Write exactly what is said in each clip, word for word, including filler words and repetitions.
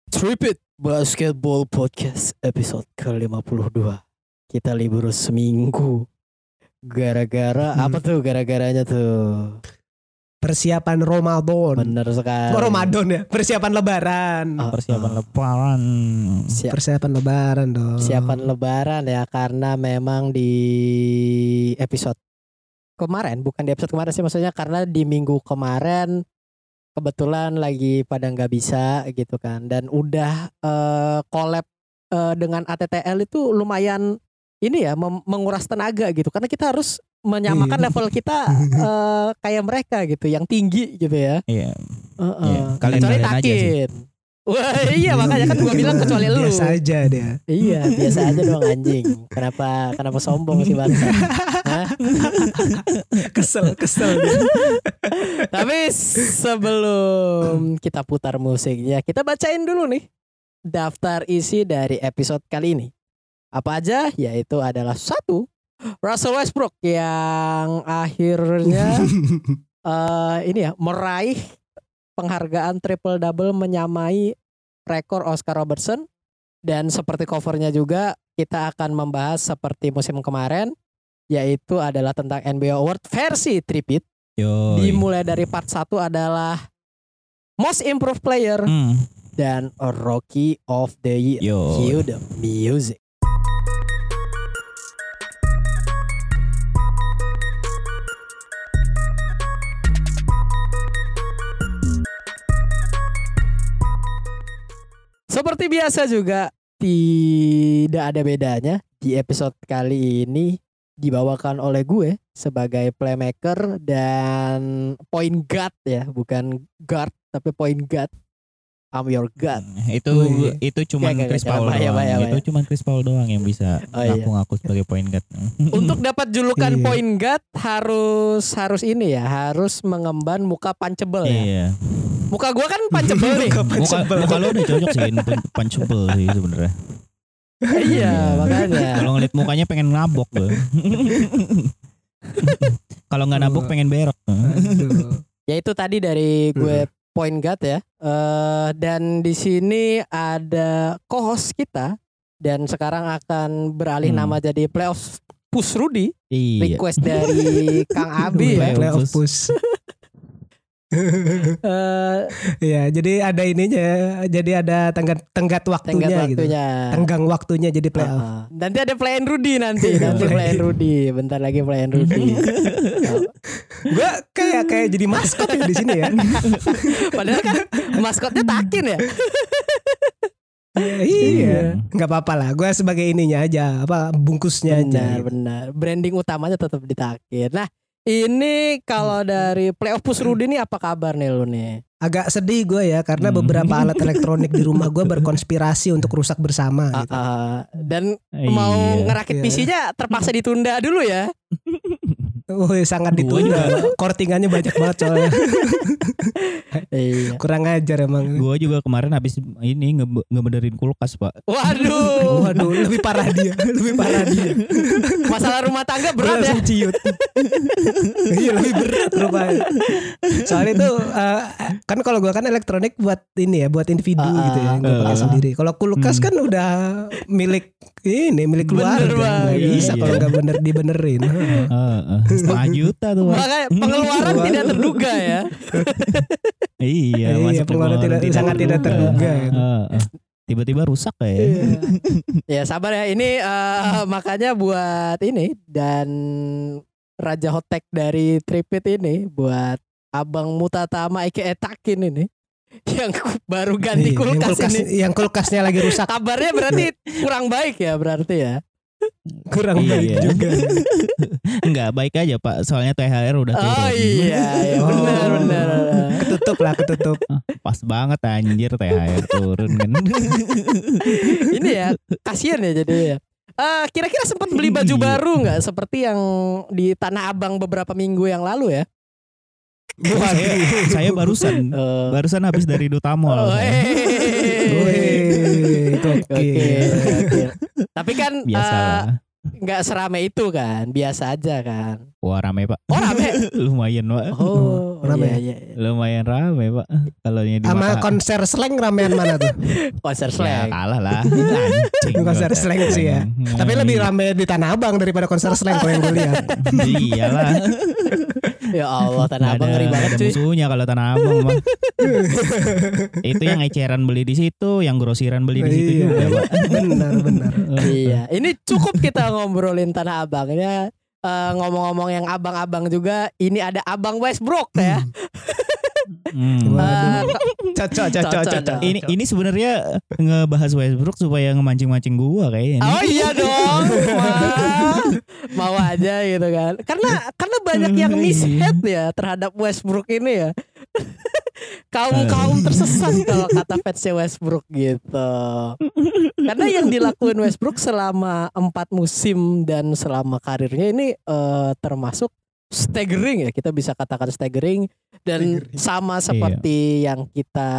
Tripit Basketball Podcast episode ke lima puluh dua. Kita libur seminggu. Gara-gara Hmm. apa tuh gara-garanya tuh? Persiapan Ramadan. Bener sekali. Kok Ramadan ya? Persiapan Lebaran. Ah, Persiapan ah. lebaran. Siap- Persiapan Lebaran dong. Persiapan lebaran ya, karena memang di episode kemarin, bukan di episode kemarin sih, maksudnya karena di minggu kemarin kebetulan lagi pada nggak bisa gitu kan, dan udah eh, collab eh, dengan A T T L itu lumayan ini ya, mem- menguras tenaga gitu, karena kita harus menyamakan Iya. level kita eh, kayak mereka gitu, yang tinggi gitu ya. Iya. Heeh. Iya, kalian- Kecuali kalian aja sih. Takin. Wah iya, makanya kan gue bilang kecuali lu. Biasa aja dia. Iya, biasa aja dong anjing. Kenapa kenapa sombong sih bangsa? Hah? Kesel, kesel dia. Tapi sebelum kita putar musiknya, kita bacain dulu nih daftar isi dari episode kali ini. Apa aja? Yaitu adalah satu, Russell Westbrook yang akhirnya eh ini ya, meraih penghargaan triple double, menyamai rekor Oscar Robertson. Dan seperti covernya juga, kita akan membahas seperti musim kemarin, yaitu adalah tentang N B A Award versi Tripit. Yoi. Dimulai dari part satu adalah Most Improved Player Hmm. dan Rookie of the Year. Yo. Cue the music. Seperti biasa juga, tidak ada bedanya, di episode kali ini dibawakan oleh gue sebagai playmaker dan point guard ya, bukan guard tapi point guard. I'm your god. Itu Wih. itu cuman Gak, gak, Chris gak, Paul bahaya, doang. bahaya, bahaya. Itu cuman Chris Paul doang yang bisa Oh, iya. ngaku-ngaku sebagai point guard. Untuk dapat julukan Iya. point guard harus harus ini ya, harus mengemban muka punchable ya. Iya. Muka gua kan punchable nih. Muka Muka, punchable. muka lo udah cocok sih pun- punchable sih sebenarnya. Iya, makanya. Kalau ngeliat mukanya pengen ngabok loh. Kalau nggak nabok pengen berok. Aduh. Ya itu tadi dari gue point guard ya. Eh dan di sini ada co-host kita dan sekarang akan beralih Hmm. nama jadi playoff push Rudy. Iya. Request dari Kang Abi ya. Playoff Playoff push. Eh Ya, jadi ada ininya, jadi ada tenggat tenggat waktunya, tenggat gitu. waktunya. Tenggang waktunya jadi playoff. Ah, nanti ada play and Rudy nanti, nanti play and Rudy. Bentar lagi play and Rudy. Oh. Gua kayak kayak jadi maskot ya di sini ya. Padahal kan maskotnya Takin ya. Ya, iya, nggak apa-apa lah. Gue sebagai ininya aja, apa bungkusnya aja. Benar, gitu. benar. Branding utamanya tetap di Takin. Nah, ini kalau dari playoff push Rudy nih, apa kabar nih lu nih? Agak sedih gue ya, karena Hmm. beberapa alat elektronik di rumah gue berkonspirasi untuk rusak bersama. Ah, Gitu. ah. Dan Iya. mau ngerakit Iya. P C-nya terpaksa ditunda dulu ya. Wih, sangat Gua ditunda. Kortingannya banyak banget soalnya. Iya. Kurang ajar emang. Gue juga kemarin habis ini nge- ngebenerin kulkas pak. Waduh, Waduh, lebih parah dia, lebih parah dia. masalah rumah tangga berat ya. Langsung ciut. Iya, lebih berat rupanya. Soalnya itu eh, kan kalau gue kan elektronik buat ini ya, buat individu Ah, gitu ya, gue pakai ah. sendiri. Kalau kulkas Hmm. kan udah milik ini, milik Bener keluarga. banget. Nggak bisa Iya. kalau nggak bener dibenerin. Heeh. Setengah juta tuh pak. Makanya pengeluaran Waduh. tidak terduga ya. Iya, Iya, masa pengeluaran tidak- sangat tidak terduga. Heeh. Tiba-tiba rusak ya. Iya. Ya sabar ya. Ini eh, makanya buat ini dan Raja Hotek dari Tripit ini, buat Abang Mutatama aka Takin ini yang baru ganti Iya, yang kulkas, kulkas, ini. yang kulkasnya lagi rusak. Kabarnya berarti kurang baik ya berarti ya. Kurang baik Iya. juga. Enggak baik aja pak. Soalnya T H R udah turun. Oh iya, ya Oh. benar benar. Ketutup lah, ketutup. Pas banget anjir T H R turun kan. Ini ya kasihan ya jadi ya. Eh, kira-kira sempat beli baju Iya. baru nggak seperti yang di Tanah Abang beberapa minggu yang lalu ya? saya, saya barusan Eh, barusan habis dari Duta Mall. Oh, saya. Wih, Oke, gokil. oke. Tapi kan Biasa eh, lah. nggak serame itu kan, biasa aja kan. Wah rame pak. Oh rame. Lumayan pak. Oh rame. iya, iya, iya. Lumayan rame pak. Kalau ini di Sama mata- konser slang ramean mana tuh? Konser Ya slang. kalah lah. Anjing. Konser slang sih ya. Hmm, Tapi lebih rame di Tanah Abang daripada konser slang kalau yang gue lihat. Iyalah. Ya Allah, Tanah Nggak Abang ada- ngeri banget nggak ada cuy. musuhnya kalau Tanah Abang mah. Itu yang eceran beli di situ, yang grosiran beli di situ Iya, juga pak. benar benar. Iya, ini cukup kita ngobrolin Tanah Abang. Ini eh, ngomong-ngomong yang abang-abang juga, ini ada Abang Westbrook ya. Hmm. Eh, Cocok cocok Cocok, cocok. cocok. Ini ini sebenarnya ngebahas Westbrook supaya ngemancing-mancing gua kayaknya. Oh iya dong, Wah, mau aja gitu kan. Karena karena banyak yang mishead ya terhadap Westbrook ini ya. Kaum kaum tersesat kalau kata fansnya Westbrook gitu. Karena yang dilakuin Westbrook selama empat musim dan selama karirnya ini eh, termasuk staggering ya, kita bisa katakan staggering dan Staggering. sama seperti yang kita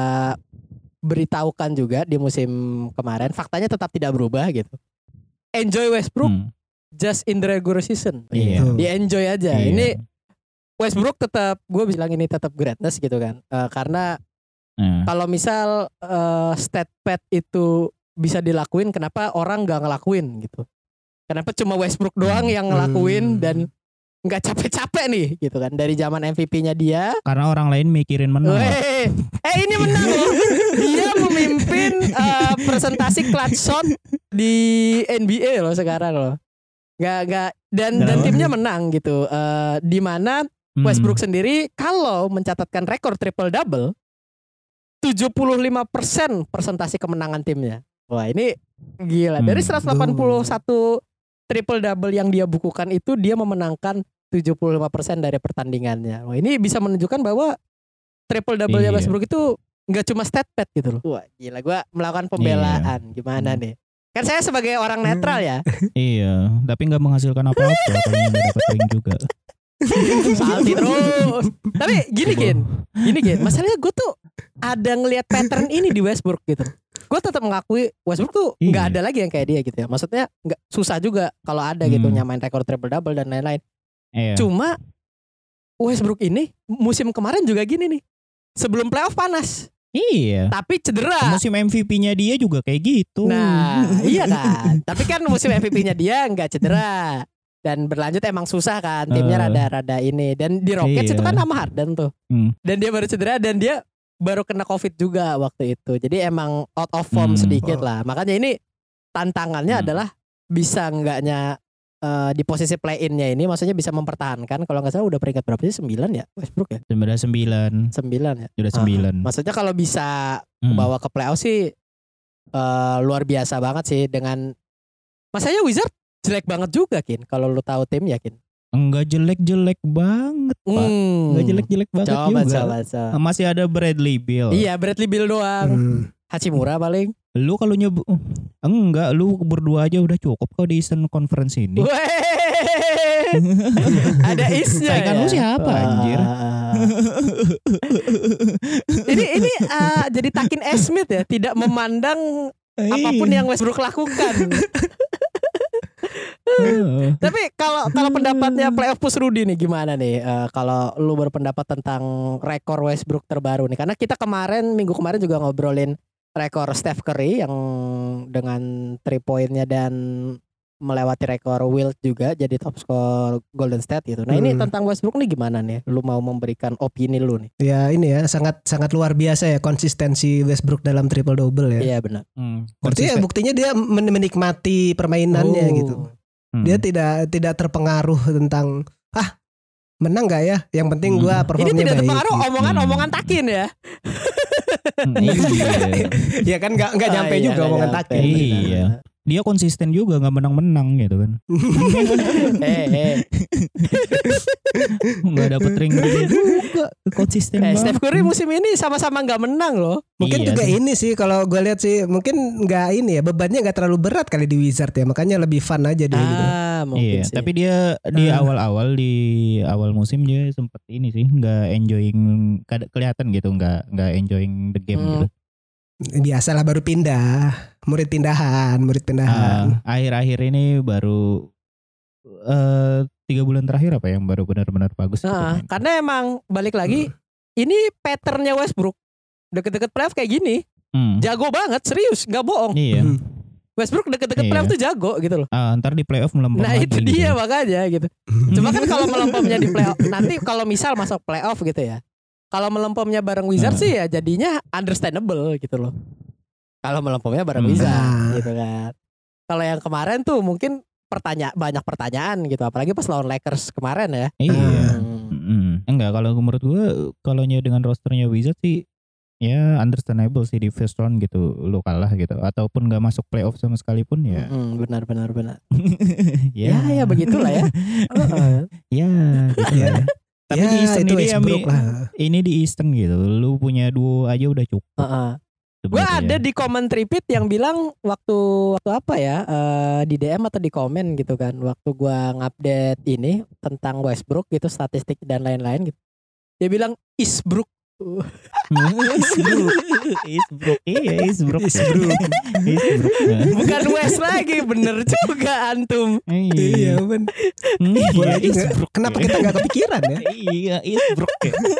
beritahukan juga di musim kemarin, faktanya tetap tidak berubah gitu. Enjoy Westbrook Hmm. just in the regular season. Iya. Di enjoy aja. Iya. Ini Westbrook tetap, gue bilang ini tetap greatness gitu kan. Eh, karena Nah, kalau misal eh, stat pad itu bisa dilakuin, kenapa orang nggak ngelakuin gitu? Kenapa cuma Westbrook doang yang ngelakuin Hmm. dan nggak capek-capek nih gitu kan? Dari zaman M V P-nya dia. karena orang lain mikirin menang. Pak. Weh, eh ini menang loh. Dia memimpin eh, presentasi clutch shot di N B A loh sekarang loh. Gak gak dan dan Kenapa? timnya menang gitu. Eh, di mana Hmm. Westbrook sendiri kalau mencatatkan rekor triple double tujuh puluh lima persen persentase kemenangan timnya. Wah, ini gila. Dari Hmm. seratus delapan puluh satu triple double yang dia bukukan itu dia memenangkan tujuh puluh lima persen dari pertandingannya. Wah, ini bisa menunjukkan bahwa triple double-nya Iya. Westbrook itu nggak cuma stat pad gitu loh. Wah, gila, gua melakukan pembelaan. Gimana Hmm. nih? Kan saya sebagai orang netral ya. Iya, tapi nggak menghasilkan apa-apa kalau nggak dapat ring juga. Salty terus. Tapi gini Gin, gini Gin, masalahnya gue tuh ada ngelihat pattern ini di Westbrook gitu. Gue tetap mengakui Westbrook tuh nggak Iya. ada lagi yang kayak dia gitu ya. Maksudnya nggak susah juga kalau ada gitu Hmm. nyamain rekor triple double dan lain-lain. Iya. Cuma Westbrook ini musim kemarin juga gini nih. Sebelum playoff panas, Iya. tapi cedera. Musim M V P-nya dia juga kayak gitu. Nah, iya kan. Tapi kan musim M V P-nya dia nggak cedera. Dan berlanjut emang susah kan. Timnya Eh. rada-rada ini. Dan di Rockets Iya. itu kan sama Harden tuh. Hmm. Dan dia baru cedera dan dia baru kena COVID juga waktu itu. Jadi emang out of form Hmm. sedikit Oh. lah. Makanya ini tantangannya Hmm. adalah bisa enggaknya eh, di posisi play-in-nya ini, maksudnya bisa mempertahankan. Kalau nggak salah udah peringkat berapa sih? sembilan ya Westbrook ya? Sudah sembilan. sembilan ya. Sudah Ah, sembilan. Maksudnya kalau bisa Hmm. bawa ke playoff sih eh, luar biasa banget sih dengan masanya Wizard jelek banget juga Kin kalau lu tahu tim ya Kin. Enggak jelek-jelek banget, Pak. Hmm. Enggak jelek-jelek banget Coba juga. coba coba. Masih ada Bradley Beal. Iya, Bradley Beal doang. Hmm. Hachimura paling. Lu kalau nyoba enggak, lu berdua aja udah cukup kok di Eastern Conference ini. Weh. Ada isnya. Saingan ya? lu siapa, Wah. anjir? ini ini ah, jadi Takin S. Smith ya, tidak memandang apapun yang Westbrook lakukan. Heeh. Tapi kalau kalau pendapatnya playoff push Rudy nih gimana nih? Eh, kalau lu berpendapat tentang rekor Westbrook terbaru nih, karena kita kemarin minggu kemarin juga ngobrolin rekor Steph Curry yang dengan three pointnya dan melewati rekor Wilt juga jadi top score Golden State gitu. Nah ini Hmm. tentang Westbrook nih gimana nih? Lu mau memberikan opini lu nih? Ya ini ya sangat sangat luar biasa ya konsistensi Westbrook dalam triple double ya. Iya benar. Hmm, Berarti ya konsisten. buktinya dia men- menikmati permainannya Oh. gitu. Hmm. Dia tidak tidak terpengaruh tentang ah menang nggak ya? Yang penting gua Hmm. Ini performnya tidak baik. terpengaruh gitu. omongan-omongan Takin ya. Hmm, iya. Ya kan nggak nggak nyampe Ah, iya, juga nggak omongan nyampe. Takin. Iya. Dia konsisten juga nggak menang-menang gitu kan. Eh, eh. Nggak dapet ring juga. Konsisten Eh, banget. Steph Curry musim ini sama-sama nggak menang loh. Mungkin Iya juga sih. ini sih kalau gue lihat sih mungkin nggak ini ya bebannya nggak terlalu berat kali di Wizard ya makanya lebih fun aja dia gitu. Ah, mungkin Iya, sih. tapi dia di Ah. awal-awal di awal musim dia sempet ini sih nggak enjoying kada- kelihatan gitu nggak nggak enjoying the game Hmm. gitu. Biasalah baru pindah, murid pindahan, murid pindahan. Uh, akhir-akhir ini baru uh, tiga bulan terakhir apa yang baru benar-benar bagus. Nah, gitu. Karena emang balik lagi, hmm. ini patternnya Westbrook deket-deket playoff kayak gini, hmm. jago banget, serius, nggak bohong. Iya. Hmm. Westbrook deket-deket iya. playoff tuh jago gitu loh. Ah, ntar di playoff melempem nah lagi. Nah itu gitu. dia makanya gitu. Cuma kan kalau melempemnya di playoff, nanti kalau misal masuk playoff gitu ya, kalau melempemnya bareng Wizards hmm. sih ya jadinya understandable gitu loh. Kalau melempemnya bareng hmm. Wizards gitu kan. Kalau yang kemarin tuh mungkin pertanyaan banyak pertanyaan gitu, apalagi pas lawan Lakers kemarin ya. Iya. Hmm. Hmm. Enggak, kalau menurut gue kalau dengan rosternya Wizards sih ya understandable sih di first round gitu lo kalah gitu, ataupun nggak masuk playoff sama sekalipun ya. Hmm, benar benar benar. ya. ya ya begitulah ya. uh-uh. Ya gitu ya. Tapi ya, di Eastern ini ami, ini di Eastern gitu, lu punya duo aja udah cukup. Uh-uh. Gue ada di komen tripit yang bilang waktu waktu apa ya uh, di D M atau di komen gitu kan, waktu gue ngupdate ini tentang Westbrook gitu, statistik dan lain-lain gitu, dia bilang Eastbrook. Eastbrook, Eastbrook, iya Eastbrook, Eastbrook, bukan West lagi, bener juga antum. Iya bener. Iya, Eastbrook. Kenapa kita nggak kepikiran ya? Iya Eastbrook.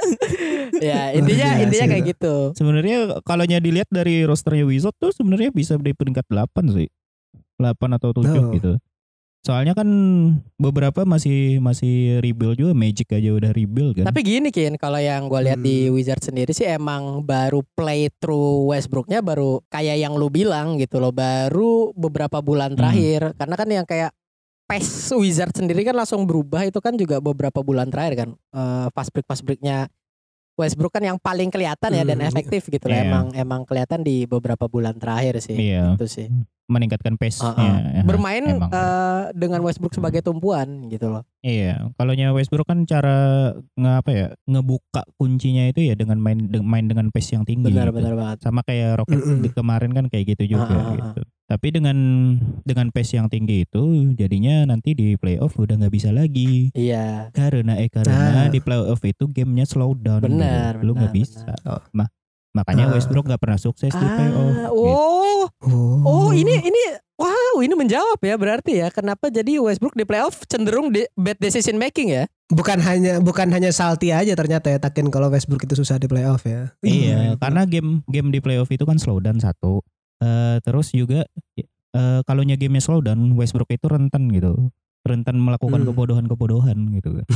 Ya intinya oh, intinya kayak gitu. Sebenarnya kalau dilihat dari rosternya Wizards tuh sebenarnya bisa di peringkat delapan sih, delapan atau tujuh oh. gitu. Soalnya kan beberapa masih masih rebuild juga, Magic aja udah rebuild kan. Tapi gini Kin, kalau yang gue lihat hmm. di Wizards sendiri sih emang baru play through Westbrooknya baru kayak yang lu bilang gitu loh, baru beberapa bulan terakhir. Hmm. Karena kan yang kayak pace Wizards sendiri kan langsung berubah itu kan juga beberapa bulan terakhir kan. Uh, fast break fast breaknya Westbrook kan yang paling kelihatan ya hmm. dan efektif gitu yeah. lah. Emang emang kelihatan di beberapa bulan terakhir sih. Yeah. Itu sih. Meningkatkan pace-nya. Uh-uh. Ya, bermain uh, dengan Westbrook sebagai tumpuan gitu loh. Iya, kalau nya Westbrook kan cara nge apa ya, ngebuka kuncinya itu ya dengan main de, main dengan pace yang tinggi. Benar gitu. benar banget. Sama kayak Rockets mm-hmm. di kemarin kan kayak gitu juga uh-huh. gitu. Tapi dengan dengan pace yang tinggi itu jadinya nanti di playoff udah nggak bisa lagi. Iya. Karena eh karena ah. di playoff itu gamenya slow down. Benar. Gitu. Lu nggak bisa. Oh. Mah makanya uh. Westbrook nggak pernah sukses ah. di playoff. Oh. Gitu. Oh, ini ini wow, ini menjawab ya berarti ya kenapa jadi Westbrook di playoff cenderung di bad decision making ya? Bukan hanya bukan hanya salty aja ternyata ya Takin kalau Westbrook itu susah di playoff ya. Iya, karena game game di playoff itu kan slow down satu. Uh, terus juga uh, kalau nya gamenya slow down, Westbrook itu rentan gitu. Rentan melakukan hmm. kebodohan-kebodohan gitu kan.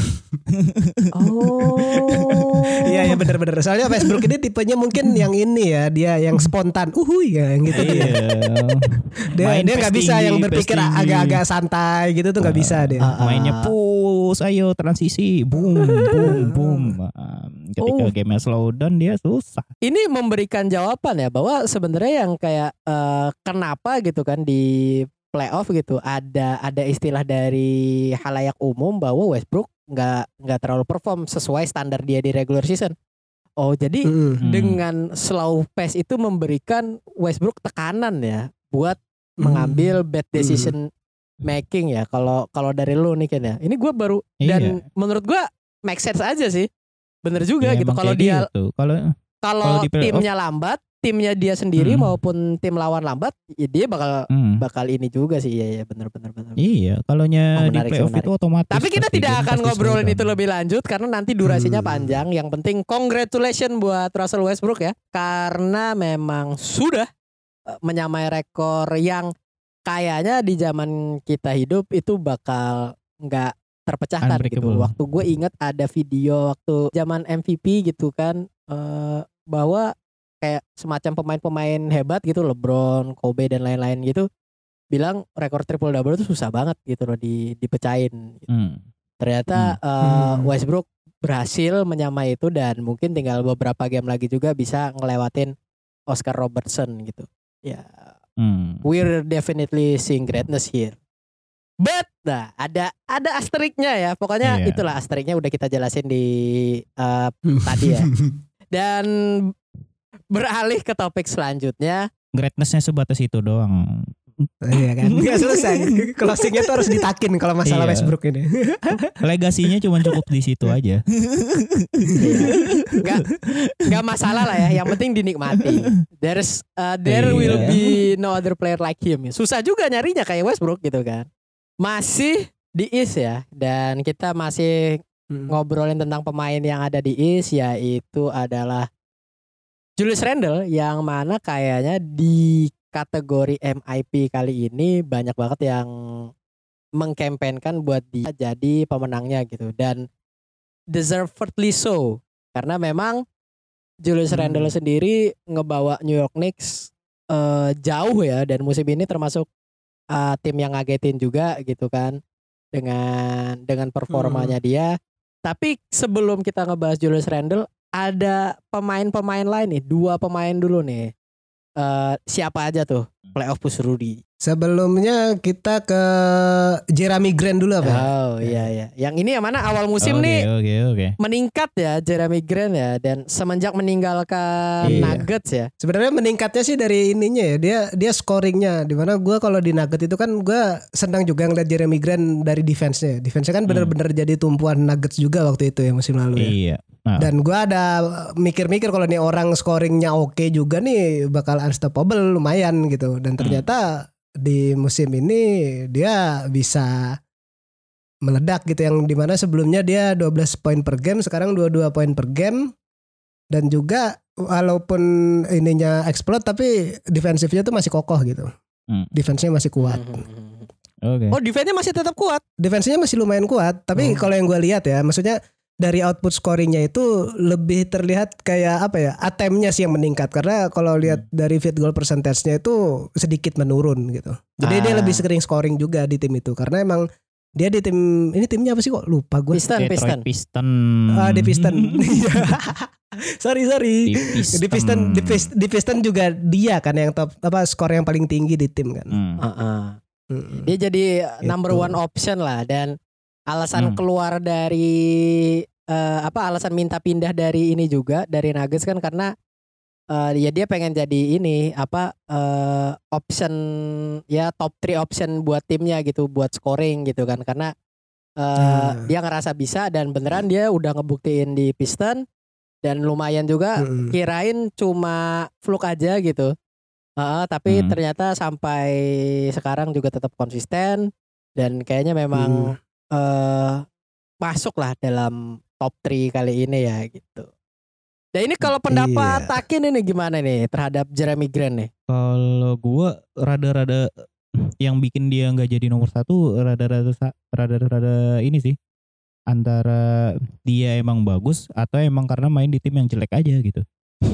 Oh. Iya ya benar-benar. Soalnya Westbrook ini tipenya mungkin yang ini ya, dia yang spontan. Uhuy ya yang gitu dia. dia Main dia nggak bisa yang berpikir agak-agak santai gitu tuh nggak uh, bisa dia. Uh, mainnya push, ayo transisi, boom, boom, boom. Uh, ketika oh. game slow down dia susah. Ini memberikan jawaban ya bahwa sebenarnya yang kayak uh, kenapa gitu kan di playoff gitu ada ada istilah dari halayak umum bahwa Westbrook nggak nggak terlalu perform sesuai standar dia di regular season. Oh jadi mm. dengan slow pace itu memberikan Westbrook tekanan ya buat mm. mengambil bad decision mm. making ya. Kalau kalau dari lu nih kan ya. Ini gue baru iya. dan menurut gue make sense aja sih. Bener juga ya, gitu. Kalau dia gitu. kalau kalau timnya lambat, timnya dia sendiri hmm. maupun tim lawan lambat, ya dia bakal hmm. bakal ini juga sih. Iya, ya benar benar benar. Iya, kalau nya oh, di playoff itu otomatis. Tapi kita tidak akan ngobrolin itu lebih lanjut karena nanti durasinya hmm. panjang. Yang penting congratulations buat Russell Westbrook ya, karena memang sudah menyamai rekor yang kayaknya di zaman kita hidup itu bakal nggak terpecahkan gitu. Waktu gue ingat ada video waktu zaman M V P gitu kan, uh, bahwa kayak semacam pemain-pemain hebat gitu, LeBron, Kobe dan lain-lain gitu, bilang rekor triple double itu susah banget gitu loh di dipecahin. Gitu. Hmm. Ternyata hmm. Uh, Westbrook berhasil menyamai itu dan mungkin tinggal beberapa game lagi juga bisa ngelewatin Oscar Robertson gitu. Ya, hmm. we're definitely seeing greatness here. But, nah ada ada asteriknya ya. Pokoknya yeah. itulah asteriknya udah kita jelasin di uh, tadi ya. Dan beralih ke topik selanjutnya. Greatnessnya sebatas itu doang. Iya kan, nggak selesai. Closingnya tuh harus ditakin kalau masalah Iya. Westbrook ini. Legasinya cuma cukup di situ aja. Nggak nggak masalah lah ya. Yang penting dinikmati. There's uh, there Iya. will be no other player like him. Susah juga nyarinya kayak Westbrook gitu kan. Masih di East ya. Dan kita masih ngobrolin tentang pemain yang ada di East, yaitu adalah Julius Randle, yang mana kayaknya di kategori M I P kali ini banyak banget yang mengkampanyekan buat dia jadi pemenangnya gitu, dan deservedly so, karena memang Julius Hmm. Randle sendiri ngebawa New York Knicks eh, jauh ya, dan musim ini termasuk eh, tim yang ngagetin juga gitu kan dengan dengan performanya dia. Tapi sebelum kita ngebahas Julius Randle, ada pemain-pemain lain nih, dua pemain dulu nih. Eh, siapa aja tuh playoff push Rudy? Sebelumnya kita ke Jeremy Grant dulu apa? Oh iya iya. Yang ini yang mana awal musim Oke, nih Oke oke. meningkat ya Jeremy Grant ya, dan semenjak meninggalkan Iya. Nuggets ya. Sebenarnya meningkatnya sih dari ininya ya, dia dia scoringnya. Dimana gue kalau di Nuggets itu kan gue senang juga ngeliat Jeremy Grant dari defense-nya. Defense-nya kan bener-bener jadi tumpuan Nuggets juga waktu itu ya musim lalu ya. Iya. Nah, Dan gue ada mikir-mikir kalau nih orang scoringnya oke juga nih bakal unstoppable lumayan gitu. Dan ternyata di musim ini dia bisa meledak gitu, yang dimana sebelumnya dia dua belas poin per game, sekarang dua puluh dua poin per game. Dan juga walaupun ininya explode tapi defensifnya tuh masih kokoh gitu. Hmm. Defense-nya masih kuat. oke. Oh, defense-nya masih tetap kuat. Defense-nya masih lumayan kuat, tapi Oh. kalau yang gue lihat ya, maksudnya dari output scoringnya itu lebih terlihat kayak apa ya, attempt-nya sih yang meningkat, karena kalau lihat dari field goal percentage-nya itu sedikit menurun gitu. Jadi dia Ah. lebih sering scoring juga di tim itu, karena emang dia di tim ini, timnya apa sih kok lupa gue. Piston, Detroit Piston. Piston. Ah, di Piston. sorry sorry. Di Di Piston, di Piston, di Piston juga dia kan yang top apa skor yang paling tinggi di tim kan. Hmm. Uh-uh. Mm. Dia jadi number Itu. one option lah, dan alasan Hmm. keluar dari eh, apa alasan minta pindah dari ini juga dari Nuggets kan karena eh, ya dia pengen jadi ini apa eh, option ya top three option buat timnya gitu, buat scoring gitu kan, karena eh, Hmm. dia ngerasa bisa, dan beneran dia udah ngebuktiin di Piston, dan lumayan juga. Mm-mm. Kirain cuma fluke aja gitu. Heeh, tapi Hmm. ternyata sampai sekarang juga tetap konsisten, dan kayaknya memang eh masuk lah dalam top tiga kali ini ya gitu. Dan ini kalau pendapat Iya. Takin ini gimana nih terhadap Jeremy Grant nih? Kalau gua rada-rada yang bikin dia nggak jadi nomor satu, rada-rada sa- rada-rada ini sih, antara dia emang bagus atau emang karena main di tim yang jelek aja gitu.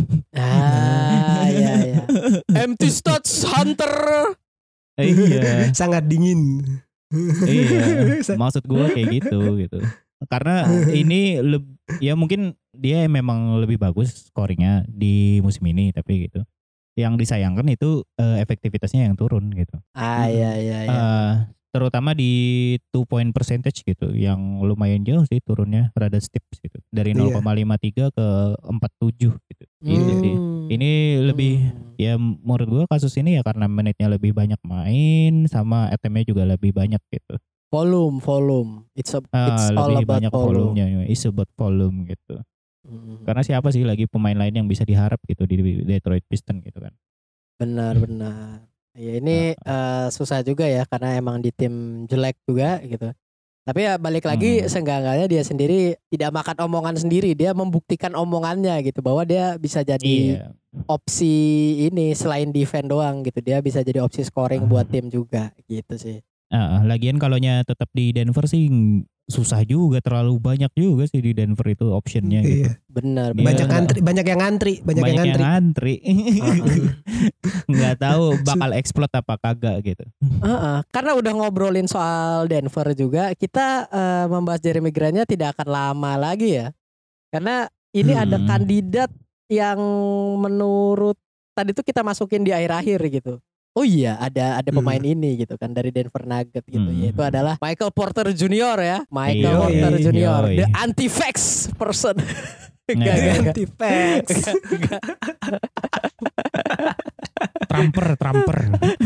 Ah iya iya. Empty stats Hunter. Eh, iya, Sangat dingin. iya. Maksud gua kayak gitu gitu. Karena ini leb- ya mungkin dia memang lebih bagus scoringnya di musim ini, tapi gitu. Yang disayangkan itu eh, efektivitasnya yang turun gitu. Ah iya iya iya. Eh, terutama di two point percentage gitu, yang lumayan jauh sih turunnya, rada steep gitu, dari Iya. nol koma lima tiga ke empat puluh tujuh gitu. Gitu sih. Hmm. Ini lebih Hmm. ya menurut gua kasus ini ya karena menitnya lebih banyak main, sama attempt-nya juga lebih banyak gitu. volume volume. It's a, Ah, it's all lebih about banyak volume. volume-nya, it's about volume gitu. Hmm. Karena siapa sih lagi pemain lain yang bisa diharap gitu di Detroit Pistons gitu kan. Benar benar. Ya ini eh, susah juga ya karena emang di tim jelek juga gitu. Tapi ya balik lagi, Hmm. seenggak-enggaknya dia sendiri tidak makan omongan sendiri, dia membuktikan omongannya gitu bahwa dia bisa jadi Iya. opsi ini selain defend doang gitu. Dia bisa jadi opsi scoring Ah. buat tim juga gitu sih. Ah, lagian kalonya tetap di Denver sih ng- susah juga, terlalu banyak juga sih di Denver itu optionnya gitu. Iya. Benar Dia Banyak nggak- antri, banyak yang ngantri, banyak, yang ngantri. ngantri. Heeh. Nggak tahu bakal explode apa kagak gitu. Heeh, karena udah ngobrolin soal Denver juga, kita eh, membahas Jeremy Grant-nya tidak akan lama lagi ya. Karena ini Hmm. ada kandidat yang menurut tadi tuh kita masukin di akhir-akhir gitu. Oh iya, ada ada pemain ini gitu kan dari Denver Nuggets gitu, Hmm. yaitu adalah Michael Porter Junior ya. Michael Yoi, Porter Junior, yoi. the anti-vax person. Nah, Gak, gak, gak. Anti-vax. Trumper, Trumper.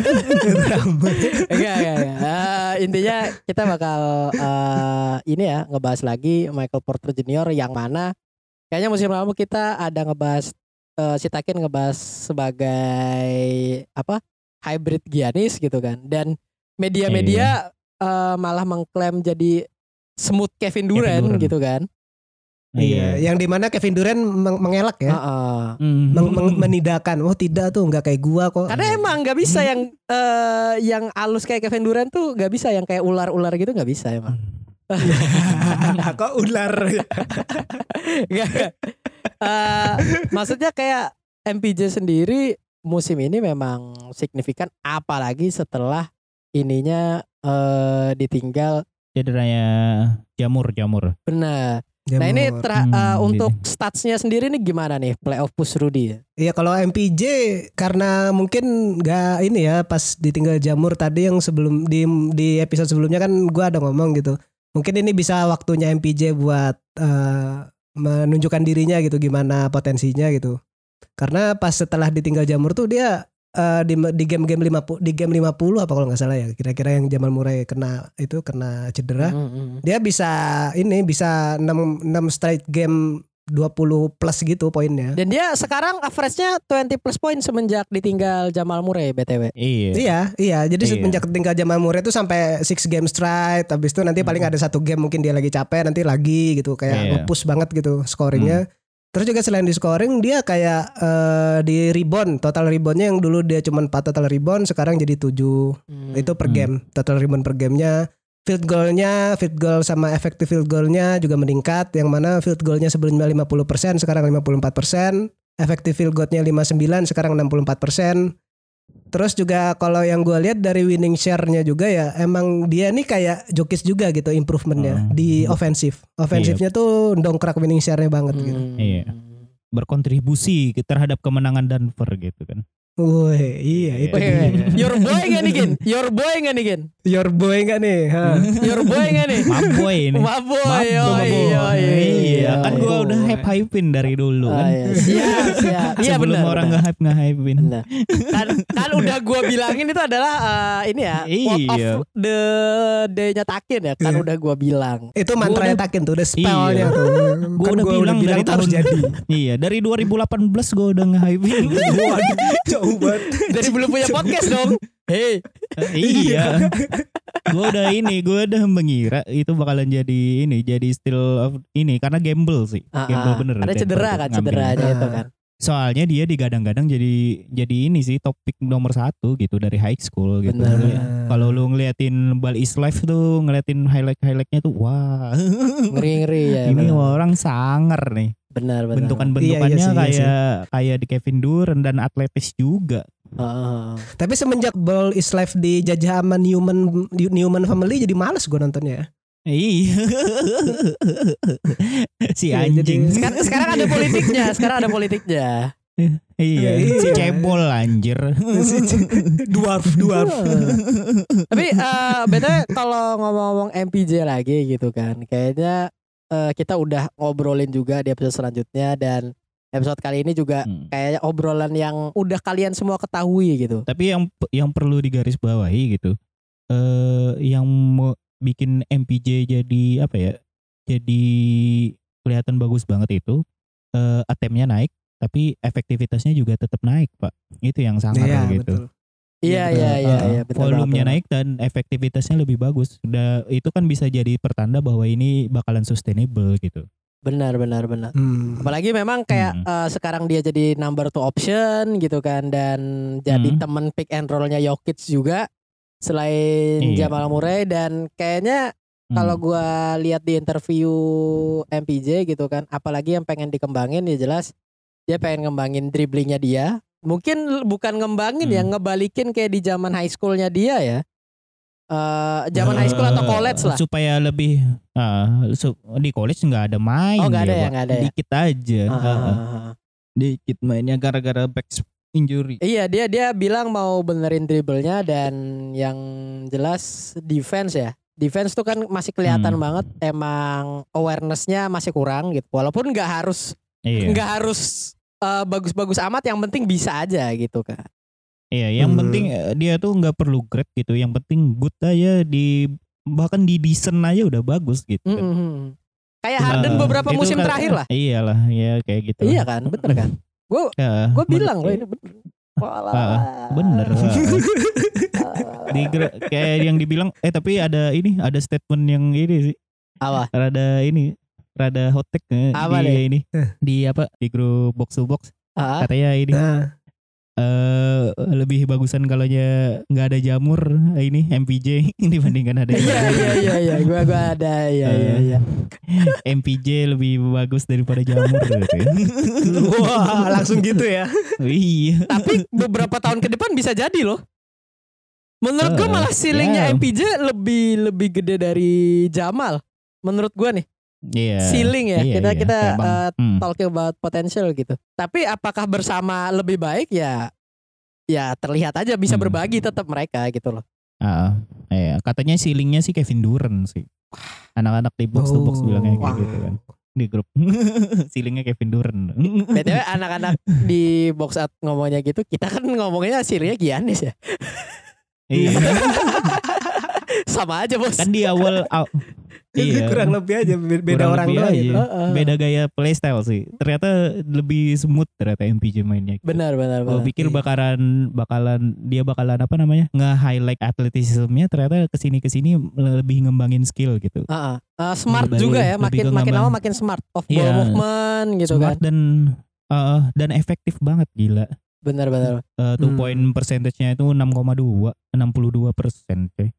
Enggak, enggak, enggak. Uh, intinya kita bakal uh, ini ya ngebahas lagi Michael Porter Junior yang mana kayaknya musim lalu kita ada ngebahas uh, si Takin ngebahas sebagai apa hybrid Giannis gitu kan, dan media-media uh, malah mengklaim jadi smooth Kevin Durant, Kevin Durant gitu kan. Iya, yang dimana Kevin Durant meng- mengelak ya, Uh-uh. meng- meng- menidakan, oh tidak tuh nggak kayak gua kok. Karena emang nggak bisa yang uh, yang halus kayak Kevin Durant tuh nggak bisa, yang kayak ular-ular gitu nggak bisa emang. Kok ular? Gak. Uh, maksudnya kayak M P J sendiri musim ini memang signifikan, apalagi setelah ininya uh, ditinggal Cederanya jamur, jamur. benar. Jamur. Nah ini ter- uh, Hmm, untuk gini. statsnya sendiri nih gimana nih playoff push Rudy? Iya kalau M P J karena mungkin nggak ini ya pas ditinggal jamur tadi yang sebelum di di episode sebelumnya kan gua ada ngomong gitu. Mungkin ini bisa waktunya M P J buat uh, menunjukkan dirinya gitu, gimana potensinya gitu. Karena pas setelah ditinggal jamur tuh dia uh, di di game-game lima puluh di game lima puluh apa kalau nggak salah ya, kira-kira yang Jamal Murray kena itu kena cedera. Mm-hmm. Dia bisa ini bisa enam enam straight game dua puluh plus gitu poinnya. Dan dia sekarang average-nya dua puluh plus poin semenjak ditinggal Jamal Murray B T W. Iya. Iya, iya. Jadi Iya. semenjak tinggal Jamal Murray itu sampai six game straight. Habis itu nanti paling ada satu game mungkin dia lagi capek, nanti lagi gitu kayak Iya. nge-push banget gitu scoringnya. Terus juga selain di scoring dia kayak eh, di rebound, total reboundnya yang dulu dia cuma empat total rebound sekarang jadi tujuh. Hmm. Itu per Hmm. game, total rebound per gamenya. Field goalnya, field goal sama efektif field goalnya juga meningkat. Yang mana field goalnya sebelumnya lima puluh persen sekarang lima puluh empat persen. Efektif field goalnya lima puluh sembilan sekarang enam puluh empat persen. Terus juga kalau yang gue lihat dari winning share-nya juga ya emang dia nih kayak Jokic juga gitu improvementnya Hmm. di ofensif. Ofensifnya tuh dongkrak winning share-nya banget gitu. Hmm. Iya. Berkontribusi terhadap kemenangan Denver gitu kan. Woi, iya itu. Weh, dia. your boy gak nih Gin? Your boy gak nih Gin? Your boy enggak nih? Ha. Your boy gak nih? Maboy ini. Maboy, Maboy. yoi, yoi. Iya, kan gua Yoi. udah hype-hypein dari dulu Ah, kan. iya. Siap, siap. Iya Sebelum benar. orang benar. nge-hype nge-hypein. Benar. Kan, kan udah gua bilangin itu adalah uh, ini ya quote Iya. of the day-nya Takin ya. Kan Iya. udah gua bilang. Itu mantranya udah- Takin tuh, udah spellnya Iya. tuh. Gua Kan udah gua bilang dari tuh harus tahun- jadi. Iya, dari dua ribu delapan belas gue udah nge-hypein. Waduh, jauh banget. Dari belum punya podcast dong. Hei. Iya. Gue udah ini, gue udah mengira itu bakalan jadi ini, jadi still of ini karena gamble sih. Ah, Gamble ah. bener. Ada Denver cedera tuh kan, ngambil. cederanya itu kan. Soalnya dia digadang-gadang jadi jadi ini sih topik nomor satu gitu dari high school gitu. Benar. Lu- Kalau lu ngeliatin Ball is Life tuh ngeliatin highlight-highlightnya tuh wah. Ngeri-ngeri ya. ini benar. orang sangar nih. Benar, benar. Bentukan-bentukannya Iya, iya sih, iya kayak kayak di Kevin Durant dan atletis juga. Ah, ah, ah. Tapi semenjak Ball is Life dijajah sama Newman Newman Family jadi males gue nontonnya ya. Iya. si Iya, anjing. jadi- Sekarang, sekarang ada politiknya, sekarang ada politiknya. Iya, Iya. si cebol anjir. dwarf dwarf. Tapi eh B T W kalau ngomong-ngomong M P J lagi gitu kan, kayaknya eh, kita udah ngobrolin juga di episode selanjutnya, dan episode kali ini juga Hmm. kayaknya obrolan yang udah kalian semua ketahui gitu. Tapi yang yang perlu digarisbawahi gitu, eh yang mau bikin M P J jadi apa ya? Jadi kelihatan bagus banget itu, eh atemnya naik, tapi efektivitasnya juga tetap naik, Pak. Itu yang sangat Iya, gitu. betul. Iya betul. iya iya Uh, iya betul. volumenya betul. naik dan efektivitasnya lebih bagus. Udah itu kan bisa jadi pertanda bahwa ini bakalan sustainable gitu. Benar benar benar. Hmm. Apalagi memang kayak Hmm. eh, sekarang dia jadi number two option gitu kan, dan jadi Hmm. temen pick and rollnya Jokic juga selain Iya. Jamal Murray, dan kayaknya Hmm. kalau gua lihat di interview M P J gitu kan, apalagi yang pengen dikembangin ya jelas dia pengen ngembangin dribblingnya dia. Mungkin l- bukan ngembangin ya, Hmm. ngebalikin kayak di zaman high schoolnya dia ya. Eh zaman high school atau Eh, college lah. supaya lebih ah, su- di college nggak ada main Oh, nggak ada dia, ya, Pak. nggak ada ya? Dikit aja. Ah, Ah, ah, ah. ah, ah. Dikit mainnya gara-gara back injury. Iya, dia dia bilang mau benerin dribblenya, dan yang jelas defense ya. Defense tuh kan masih kelihatan Hmm. banget emang awarenessnya masih kurang gitu. Walaupun nggak harus Iya. nggak harus eh, bagus-bagus amat, yang penting bisa aja gitu kan. Iya, yang Hmm. penting eh, dia tuh nggak perlu grade gitu. Yang penting good aja di bahkan di desain aja udah bagus gitu. Mm, Kan. mm, mm. Kayak Harden Eh, beberapa itu musim kan- terakhir lah. Iyalah, ya kayak gitu. Iya kan, bener kan? Gue Ya, gue men- bilang loh ini bener. Walah. Ah, bener. Di gra- kayak yang dibilang eh tapi ada ini ada statement yang ini sih. Apa? Rada ini rada hot take eh, Apa di deh? ini di apa di grup box to box Ah, katanya ini Nah, eh lebih bagusan kalau nggak ada jamur ini M P J dibandingkan ada Iya jamur. iya iya iya, gue gue ada iya iya iya. M P J lebih bagus daripada jamur gitu. wah langsung gitu ya. Iya. Tapi beberapa tahun ke depan bisa jadi loh. Menurut gue Eh, malah ceilingnya ya. M P J lebih lebih gede dari Jamal. Menurut gue nih Iya. ceiling ya. Iya, kita iya. kita Kayak Bang. uh, Hmm. talking about potential gitu. Tapi apakah bersama lebih baik ya? Ya terlihat aja bisa Hmm. berbagi tetap mereka gitu loh. Ah, iya. Katanya ceilingnya sih Kevin Durant sih. Anak-anak di box to box Oh, bilangnya kayak wow. gitu kan. Di grup. Ceilingnya Kevin Durant. B T W anak-anak di box out ngomongnya gitu, kita kan ngomongnya ceilingnya Giannis ya. Iya. Sama aja bos. Kan di awal aw- iya. Kurang lebih aja be- beda Kurang orang lebih doang aja. gitu. Heeh. Beda gaya playstyle sih. Ternyata lebih smooth ternyata M P J mainnya. Benar benar Gue benar. pikir bakalan bakalan dia bakalan apa namanya nge-highlight atletisismnya, ternyata kesini kesini lebih ngembangin skill gitu. Heeh. Uh, smart Lebih- juga ya, lebih makin ke makin ngambang. lama makin smart, off ball Iya. movement gitu Smart kan. dan uh, dan efektif banget gila. Benar benar. Uh, two Hmm. point percentage-nya itu enam koma dua, enam puluh dua persen coy.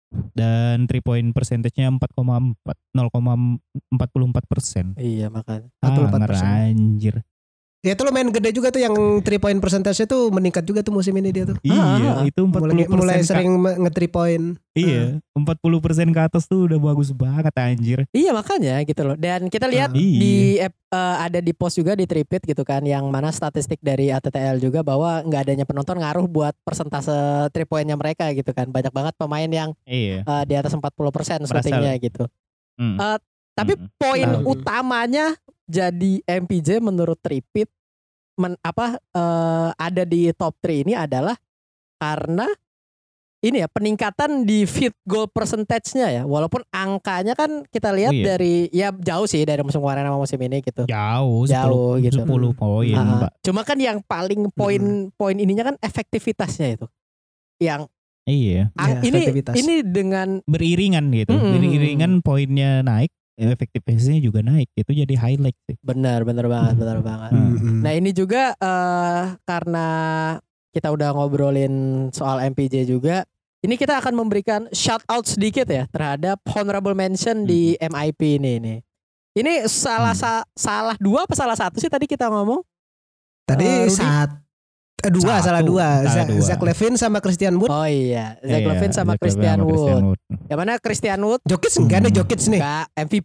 Dan three point percentage-nya empat koma empat, nol koma empat puluh empat persen. Iya makanya. empat puluh empat Ah, persen. anjir. Ya itu lo main gede juga tuh yang three point percentage tuh meningkat juga tuh musim ini dia tuh. Iya, ah. itu empat puluh Mulai, persen. mulai sering nge-three point. Iya, empat puluh persen ke atas tuh udah bagus banget anjir. Iya makanya gitu loh. Dan kita lihat Ah. di ep- eh, ada di post juga di Tripit gitu kan, yang mana statistik dari A T T L juga bahwa nggak adanya penonton ngaruh buat persentase three pointnya mereka gitu kan. Banyak banget pemain yang Iya. eh, di atas empat puluh persen Berasal. shootingnya gitu. Hmm. Eh, Tapi Hmm. poin Hmm. utamanya jadi M P J menurut Tripit men, apa eh, ada di top tiga ini adalah karena ini ya peningkatan di field goal percentage-nya ya. Walaupun angkanya kan kita lihat Oh iya. dari ya jauh sih dari musim kemarin sama musim ini gitu. Jauh, Jauh sepuluh, gitu. sepuluh poin, Ah, Pak. cuma kan yang paling poin poin ininya kan efektivitasnya itu. Yang Iya, ang- Ya, ini efektivitas. ini dengan beriringan gitu. Mm-mm. Beriringan poinnya naik, efektivitasnya juga naik. Itu jadi highlight sih. benar benar banget benar banget. Hmm. Nah ini juga eh, karena kita udah ngobrolin soal M P J juga, ini kita akan memberikan shout out sedikit ya terhadap honorable mention di M I P ini nih. Ini salah Hmm. sa- salah dua apa salah satu sih tadi kita ngomong? Tadi Eh, Rudy? saat eh, dua Satu, salah dua. salah Zach, dua. Zach Levine sama Christian Wood. Oh iya, Zach Iya, Levine sama Zach Levine Christian sama Wood. Christian Wood. Yang mana Christian Wood Jokic enggak ada Hmm. Jokic nih. gak M V P.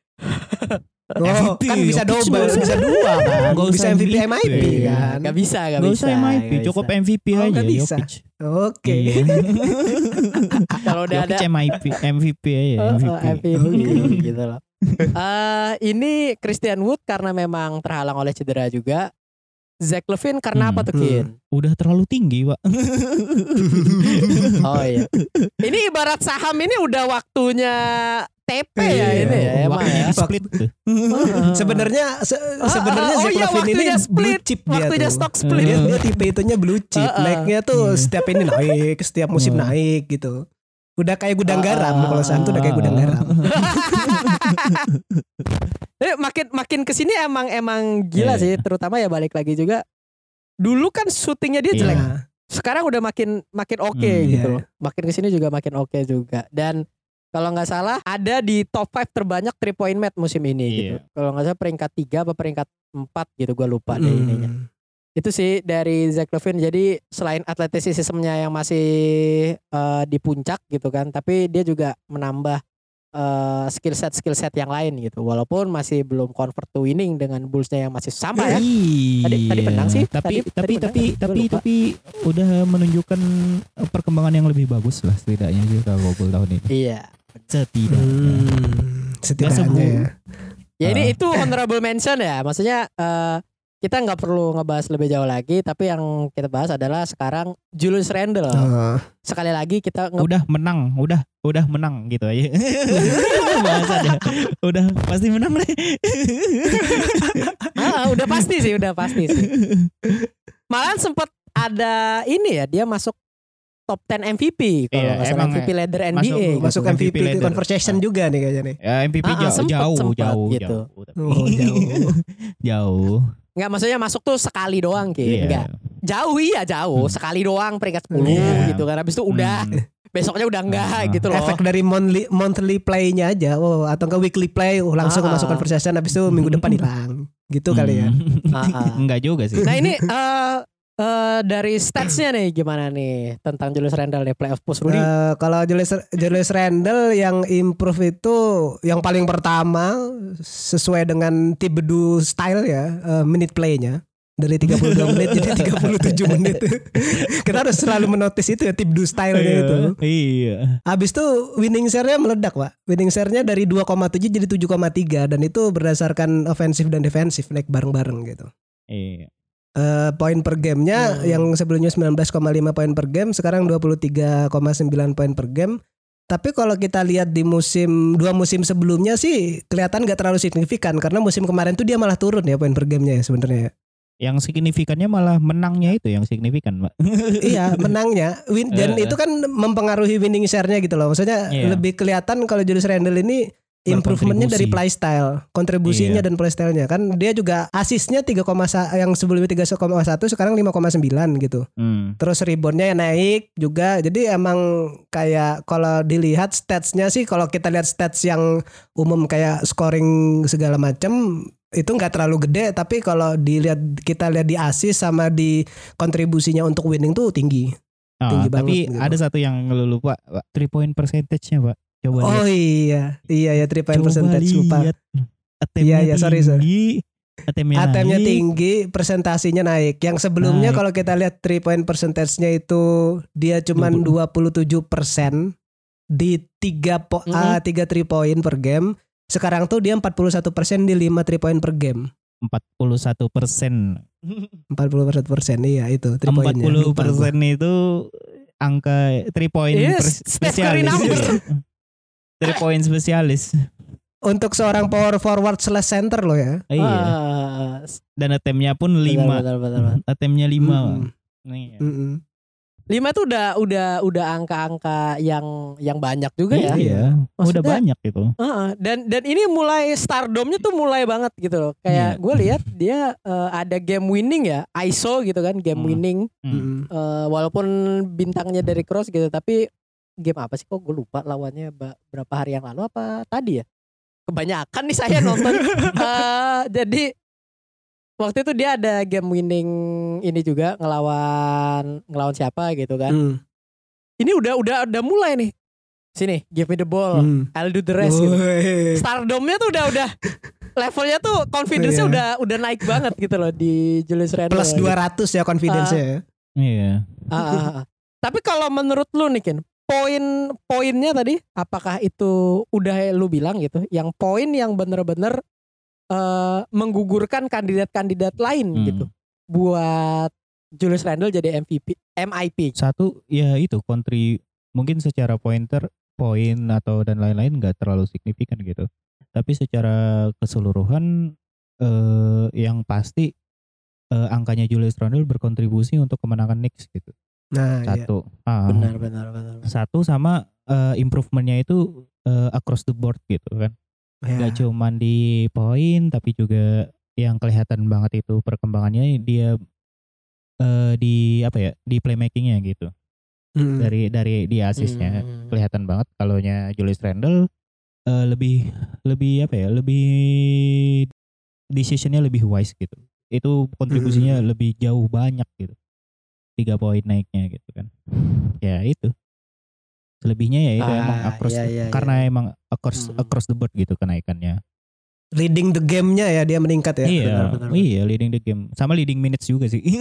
Oh, M V P, kan bisa Jokic double, nggak bisa dua kan. Nggak Bisa usah M V P M V P. M I P kan. Gak bisa, gak, Gak bisa. usah M I P, nggak cukup bisa. M V P Oh, aja nggak bisa. Jokic. Oke. Iya. Kalau udah ada Jokic M I P, M V P aja, Oh, M V P. oh, M V P gitu loh. Eh, ini Christian Wood karena memang terhalang oleh cedera juga. Zach Levine karena Hmm. apa tuh Kin? Udah terlalu tinggi, Pak. Oh iya. Ini ibarat saham ini udah waktunya T P ya Iya, ini ya emang Waktunya ya. di split tuh. Sebenarnya se- sebenarnya oh Zach iya, Levine ini waktunya blue split. chip dia Waktunya tuh. stock split. Dia, dia tipe itunya blue chip. Uh-uh. Naiknya tuh Iya. setiap ini naik, setiap musim Hmm. naik gitu. Udah kayak gudang Uh-uh. garam. Kalau saham tuh udah kayak gudang garam. Eh, makin makin kesini emang emang gila Iya. sih, terutama ya balik lagi juga. Dulu kan syutingnya dia Iya. jelek. Nah, Sekarang udah makin makin oke Hmm, gitu iya. loh. Makin kesini juga makin oke juga. Dan kalau nggak salah ada di top lima terbanyak three point match musim ini Iya. gitu. Kalau nggak salah peringkat tiga apa peringkat empat gitu, gue lupa deh hmm. ininya. Itu sih dari Zach Levine. Jadi selain atletisismnya yang masih eh, di puncak gitu kan, tapi dia juga menambah eh, skill set skill set yang lain gitu. Walaupun masih belum convert to winning dengan Bulls-nya yang masih sama ya. Tadi- tadi menang sih. Tapi Tadi- tapi tadi menang. tapi Gua tapi lupa. tapi udah menunjukkan perkembangan yang lebih bagus lah setidaknya sih kalau Bulls tahun ini. Iya. Setidaknya. Hmm, setidaknya sembuh. ya. Ya ini Ah. itu honorable mention ya. Maksudnya eh, kita nggak perlu ngebahas lebih jauh lagi, tapi yang kita bahas adalah sekarang Julius Randle. Uh. Sekali lagi kita nge- Udah menang, udah udah menang gitu aja. Bahas aja. Udah pasti menang deh. ah, udah pasti sih, udah pasti sih. Malahan sempat ada ini ya, dia masuk top sepuluh M V P kalau Iya, nggak salah, emang M V P leader N B A. masuk- gitu. Masuk M V P M V P leader. conversation Ah. juga nih kayaknya nih. Ya M V P Ah, ah, jauh, sempet, jauh, sempet, jauh, gitu. jauh, tapi- Oh, jauh. jauh. Nggak, maksudnya masuk tuh sekali doang Ki. Iya. Enggak. Jauh iya jauh, Hmm. sekali doang peringkat sepuluh Iya. gitu kan. Habis itu udah Hmm. besoknya udah enggak Ah. gitu loh. Efek dari monthly monthly play-nya aja. Oh, atau enggak weekly play, oh, langsung Ah. masuk conversation habis itu minggu depan hilang. Gitu kali ya. Hmm. Ah, ah. Enggak juga sih. Nah ini eh eh, dari statsnya nih gimana nih tentang Julius Randle nih playoff post Rudy? Eh, kalau Julius Julius Randle yang improve itu yang paling pertama sesuai dengan Thibodeau style ya, eh, minute play-nya dari tiga puluh dua menit jadi tiga puluh tujuh menit. Kita harus selalu menotis itu ya, Thibodeau style-nya itu. Iya. Habis itu winning share-nya meledak, Pak. Winning share-nya dari dua koma tujuh jadi tujuh koma tiga dan itu berdasarkan ofensif dan defensif naik bareng-bareng gitu. Iya. Uh, poin per gamenya Hmm. yang sebelumnya sembilan belas koma lima poin per game sekarang dua puluh tiga koma sembilan poin per game. Tapi kalau kita lihat di musim dua musim sebelumnya sih kelihatan gak terlalu signifikan karena musim kemarin tuh dia malah turun ya poin per gamenya ya sebenarnya. Yang signifikannya malah menangnya itu yang signifikan, Mbak. Iya menangnya win, dan Eh. itu kan mempengaruhi winning share-nya gitu loh. Maksudnya Iya. lebih kelihatan kalau Julius Randle ini improvementnya dari Berkontribusi. playstyle, kontribusinya Iya. dan playstylenya kan dia juga asisnya tiga, yang sebelumnya tiga koma satu sekarang lima koma sembilan gitu. Hmm. Terus reboundnya naik juga. Jadi emang kayak kalau dilihat statsnya sih kalau kita lihat stats yang umum kayak scoring segala macam itu nggak terlalu gede. Tapi kalau dilihat kita lihat di assist sama di kontribusinya untuk winning tuh tinggi. Ah, Tinggi tapi banget gitu. ada satu yang lu lupa, Pak. Three point percentage-nya, Pak. Coba Oh lihat. iya, iya ya three point Coba percentage lupa. lihat. Iya, iya, sorry, sorry. tinggi, A T M-nya A T M-nya naik. tinggi, presentasinya naik. Yang sebelumnya Naik. kalau kita lihat three point percentage-nya itu dia cuman dua puluh tujuh persen di tiga po- Mhm. ah, tiga three point per game. Sekarang tuh dia empat puluh satu persen di lima three point per game. empat puluh satu persen. empat puluh satu persen iya itu three empat point-nya. puluh Lupa gua. persen itu angka three point Iya, pers- Steph Curry spesialis. number. three point spesialis. Untuk seorang power forward slash center loh ya. Iya. Ah, Dan A T M-nya pun lima. betul, betul, betul. A T M-nya lima. Mm-mm. Nih. Mm-mm. Lima tuh udah udah udah angka-angka yang yang banyak juga ya. Iya. Maksudnya- Udah banyak gitu. Heeh, dan dan ini mulai stardomnya tuh mulai banget gitu loh. Kayak Iya. gue lihat dia eh, ada game winning ya, I S O gitu kan, game Hmm. winning. Hmm. Mm-mm. Eh, walaupun bintangnya dari Cross gitu, tapi game apa sih kok gue lupa lawannya ba- berapa hari yang lalu apa tadi ya? Kebanyakan nih saya nonton. Eh, jadi waktu itu dia ada game winning ini juga ngelawan ngelawan siapa gitu kan. Mm. Ini udah udah udah mulai nih. Sini, give me the ball. Mm. I'll do the rest gitu. Woi. Stardomnya tuh udah udah levelnya tuh confidence-nya Iya. udah udah naik banget gitu loh di Julius Randle. Plus dua ratus ya confidence-nya ya. Iya. Ah, ah, ah. Tapi kalau menurut lu nih Kin, poin-poinnya tadi apakah itu udah lu bilang gitu, yang poin yang bener-bener eh, menggugurkan kandidat-kandidat lain Hmm. gitu buat Julius Randle jadi M V P, M I P. Satu ya itu kontri mungkin secara pointer, poin atau dan lain-lain nggak terlalu signifikan gitu. Tapi secara keseluruhan eh, yang pasti eh, angkanya Julius Randle berkontribusi untuk kemenangan Knicks gitu. Nah, iya. Satu. Ah. Benar, benar, benar. Satu sama eh, improvementnya itu eh, across the board gitu kan. Ya. Gak cuman di poin tapi juga yang kelihatan banget itu perkembangannya dia eh, di apa ya di playmakingnya gitu. Mm. Dari dari di asisnya Hmm. kelihatan banget kalonya Julius Randle eh, lebih lebih apa ya lebih decisionnya lebih wise gitu. Itu kontribusinya lebih jauh banyak gitu. Tiga poin naiknya gitu kan. Ya itu. Selebihnya ya itu Ah, emang across iya, iya, karena iya. emang across Hmm. across the board gitu kenaikannya. leading the game-nya ya dia meningkat ya. Iya, Benar, benar. iya leading the game. Sama leading minutes juga sih.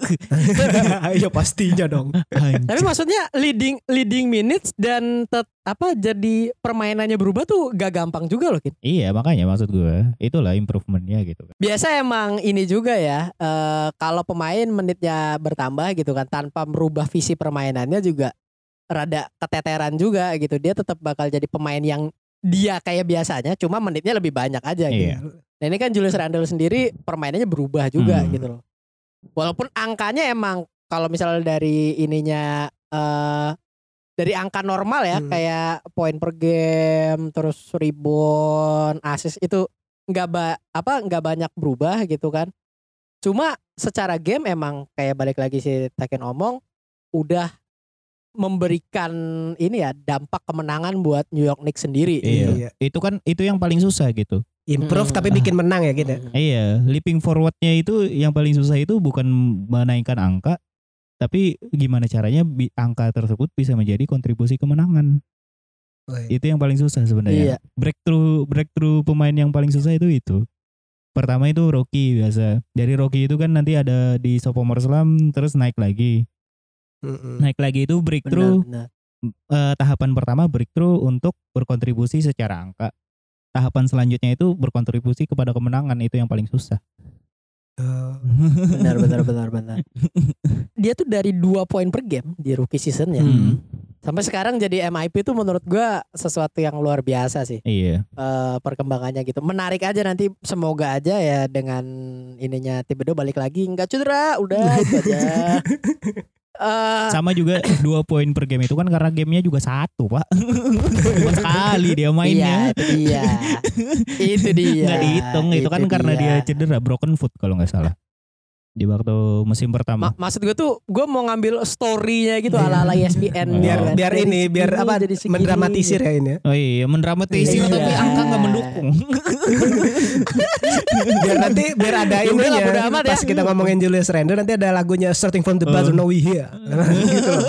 Ya pastinya dong. Tapi maksudnya leading leading minutes dan tet, apa jadi permainannya berubah tuh gak gampang juga loh, Kin. Iya, makanya maksud gue itulah improvementnya gitu kan. Biasa emang ini juga ya, eh, kalau pemain menitnya bertambah gitu kan tanpa merubah visi permainannya juga rada keteteran juga gitu. Dia tetap bakal jadi pemain yang dia kayak biasanya, cuma menitnya lebih banyak aja gitu. Iya. Nah ini kan Julius Randle sendiri permainannya berubah juga Hmm. gitu loh. Walaupun angkanya emang kalau misalnya dari ininya eh dari angka normal ya, Hmm. kayak poin per game, terus rebound, assist itu nggak ba apa nggak banyak berubah gitu kan. Cuma secara game emang kayak balik lagi si Taken omong udah memberikan ini ya dampak kemenangan buat New York Knicks sendiri. Iya. Iya. Itu kan itu yang paling susah gitu. Improve Hmm. tapi bikin menang ya gitu. Hmm. Iya, leaping forwardnya itu yang paling susah itu bukan menaikkan angka, tapi gimana caranya bi- angka tersebut bisa menjadi kontribusi kemenangan. Woi. Itu yang paling susah sebenarnya. Iya. Breakthrough breakthrough pemain yang paling susah itu itu. Pertama itu Rocky biasa. Dari Rocky itu kan nanti ada di sophomore slam terus naik lagi. Mm-mm. Naik lagi itu breakthrough. Benar, benar. Eh, tahapan pertama breakthrough untuk berkontribusi secara angka. Tahapan selanjutnya itu berkontribusi kepada kemenangan, itu yang paling susah. Oh. benar benar benar benar. Dia tuh dari dua poin per game di rookie seasonnya Hmm. sampai sekarang jadi M I P tuh menurut gua sesuatu yang luar biasa sih. Iya. Eh, perkembangannya gitu. Menarik aja nanti, semoga aja ya dengan ininya Thibodeau balik lagi nggak cedera, udah itu aja. Eh, Sama juga dua poin per game itu kan karena gamenya juga satu pak. Cuma sekali dia iya, mainnya. itu dia. Itu dia. Nggak dihitung itu kan karena dia cedera broken foot kalau nggak salah. Di waktu musim pertama. Ma- maksud gue tuh gue mau ngambil story-nya gitu ala-ala E S P N biar Oh. kan. biar Dari ini biar segini apa jadi segini mendramatisir gitu. ya ini. Oh iya mendramatisir Iya. tapi angka nggak mendukung. Biar nanti biar ada Ya udah lah, ininya. bodo amat ya. Pas kita ngomongin Julius Randle nanti ada lagunya Starting from the Bottom Now We Here. Gitu loh.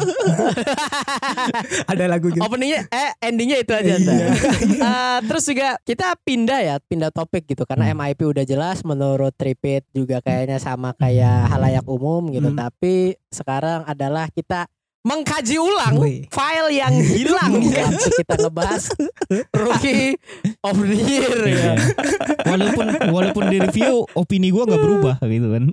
Ada lagu gitu. Openingnya eh endingnya itu aja. Ntar. Eh, terus juga kita pindah ya, pindah topik gitu karena M I P udah jelas, menurut Tripit juga kayaknya sama kayak halayak umum gitu. Hmm. Tapi sekarang adalah kita mengkaji ulang Wih. file yang hilang waktu kita ngebahas Rookie of the Year ya. Iya. Walaupun walaupun di review opini gue nggak berubah gitu kan.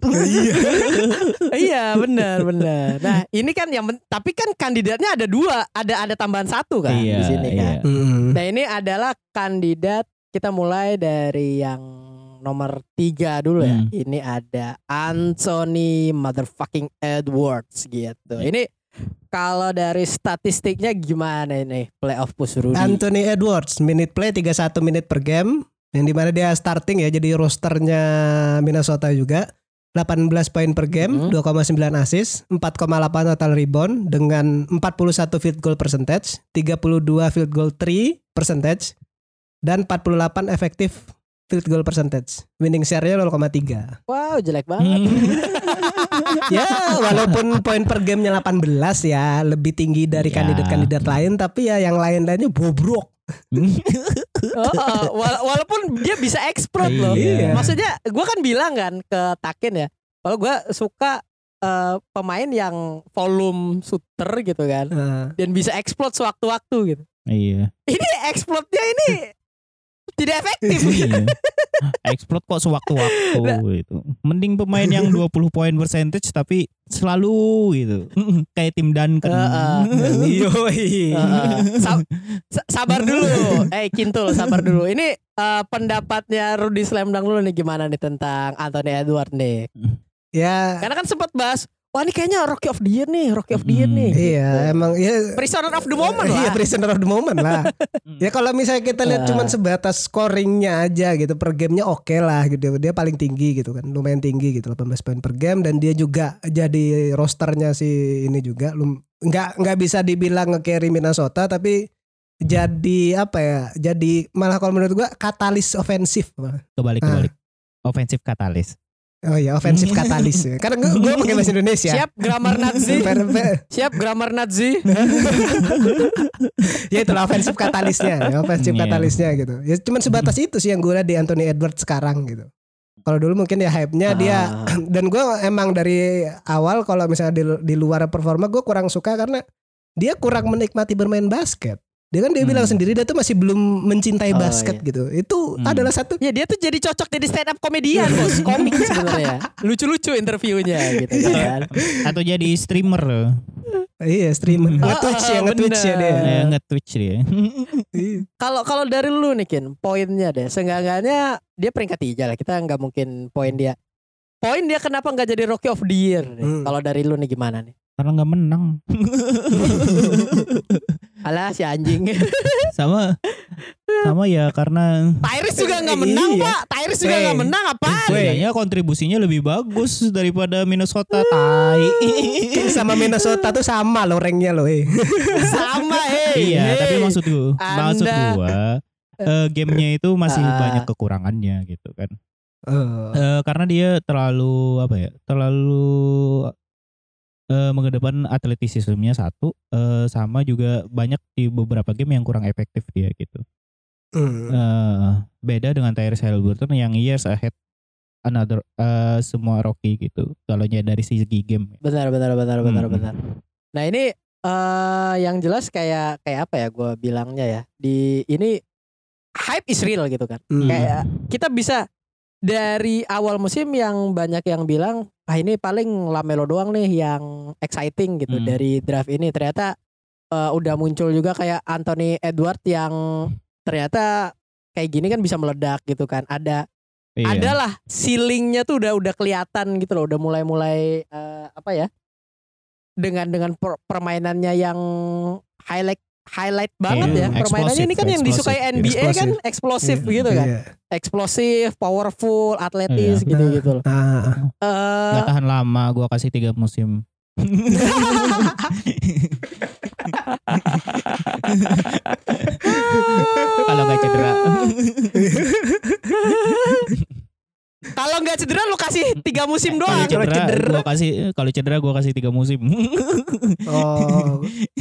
Iya benar benar. Nah ini kan yang men- tapi kan kandidatnya ada dua, ada ada tambahan satu kan Iya, di sini kan. iya. Mm. Nah ini adalah kandidat, kita mulai dari yang nomor tiga dulu ya. Hmm. Ini ada Anthony motherfucking Edwards gitu. Ini kalau dari statistiknya gimana ini playoff push Rudy? Anthony Edwards minute play tiga puluh satu menit per game yang dimana dia starting ya jadi rosternya Minnesota juga. delapan belas poin per game, Mhm. dua koma sembilan assist, empat koma delapan total rebound dengan empat puluh satu field goal percentage, tiga puluh dua field goal three percentage dan empat puluh delapan efektif field goal percentage. Winning share-nya nol koma tiga. Wow jelek banget. Ya walaupun poin per gamenya delapan belas ya lebih tinggi dari Ya. kandidat-kandidat lain, tapi ya yang lain-lainnya bobrok. Oh, oh, wala- walaupun dia bisa eksplod loh. Iya. Maksudnya gue kan bilang kan ke Taken ya, kalau gue suka eh, pemain yang volume shooter gitu kan, Nah, dan bisa eksplod sewaktu-waktu gitu. Iya. Ini eksplodnya ini tidak efektif. Iya. Explode kok sewaktu-waktu gitu. Mending pemain yang dua puluh poin percentage tapi selalu gitu. Kayak tim Duncan. Heeh. yoi. Heeh. Sa- sa- sabar dulu, eh Kintul sabar dulu. Ini eh, pendapatnya Rudy Slamdang dulu nih gimana nih tentang Anthony Edwards nih? Ya Karena kan sempat bahas, wah ini kayaknya Rookie of the Year nih, Rookie of the Year Hmm. nih. iya emang ya Prisoner of the moment Iya, lah. prisoner of the moment lah. Ya kalau misalnya kita lihat Ah. cuman sebatas scoringnya aja gitu per gamenya oke lah gitu. Dia paling tinggi gitu kan, lumayan tinggi gitu, delapan belas poin per game dan dia juga jadi rosternya si ini juga. Lum, nggak nggak bisa dibilang nge-carry Minnesota tapi jadi apa ya? Jadi malah kalau menurut gua katalis ofensif. Kebalik Ah. kebalik. Offensive katalis. Oh iya, offensive katalis ya. Karena gue gue pakai bahasa Indonesia. Siap grammar Nazi. Per- per- Siap grammar Nazi. ya itulah offensive katalisnya, ya, offensive Iya. katalisnya gitu. Ya cuman sebatas itu sih yang gue lihat di Anthony Edwards sekarang gitu. Kalau dulu mungkin ya hype-nya dia Ah. dan gue emang dari awal kalau misalnya di, di luar performa gue kurang suka karena dia kurang menikmati bermain basket. Dia kan dia Hmm. bilang sendiri dia tuh masih belum mencintai Oh, basket iya. gitu. Itu Hmm. adalah satu Ya dia tuh jadi cocok jadi stand up komedian bos, komik sebenarnya. Lucu-lucu interviewnya gitu kan. Atau jadi streamer. iya streamer. Ah, Nge-twitch ya, ah, nge-twitch ya dia. bener. Eh, nge-twitch dia. Iya. Kalau kalau dari lu nih Kin, poinnya deh. Seenggak-enggaknya dia peringkat tiga lah. Kita nggak mungkin poin dia. Poin dia kenapa nggak jadi Rookie of the Year nih? Hmm. Kalau dari lu nih gimana nih? Karena nggak menang. Alah si anjing. Sama sama ya karena Tyrese juga nggak menang Iya. pak. Tyrese juga Wey. nggak menang apaan? kayaknya kontribusinya lebih bagus daripada Minnesota. Tai. Kings sama Minnesota tuh sama loh ranknya loh. Eh. Sama hei. Iya, hey. tapi maksud gua, maksud Anda- gua eh, gamenya itu masih Ah. banyak kekurangannya gitu kan. Oh. Eh, karena dia terlalu apa ya? Terlalu eh, mengedepan atletisismenya satu, eh, sama juga banyak di beberapa game yang kurang efektif dia gitu. Hmm. Eh, beda dengan Tyrese Haliburton yang years ahead another eh, semua rookie gitu. Kalau dari segi game. Benar benar benar benar Hmm. benar. Nah ini eh yang jelas kayak kayak apa ya gue bilangnya ya, di ini hype is real gitu kan. Hmm. Kayak kita bisa dari awal musim yang banyak yang bilang ah ini paling Lamelo doang nih yang exciting gitu Hmm. dari draft ini. Ternyata eh, udah muncul juga kayak Anthony Edwards yang ternyata kayak gini kan bisa meledak gitu kan. Ada Iya. adalah ceilingnya tuh udah udah kelihatan gitu loh, udah mulai-mulai eh, apa ya, dengan dengan per- permainannya yang highlight highlight banget Iya, ya permainannya ini kan yang eksplosif, disukai N B A kan eksplosif Iya, gitu kan, iya. eksplosif, powerful, atletis Iya. gitu gitu loh. Ah, Eh, Gak tahan lama, gua kasih tiga musim. Kalau nggak cedera. kalau nggak cedera lu kasih tiga musim doang. Kalau cedera, gua kasih kalau cedera gua kasih tiga musim. oh,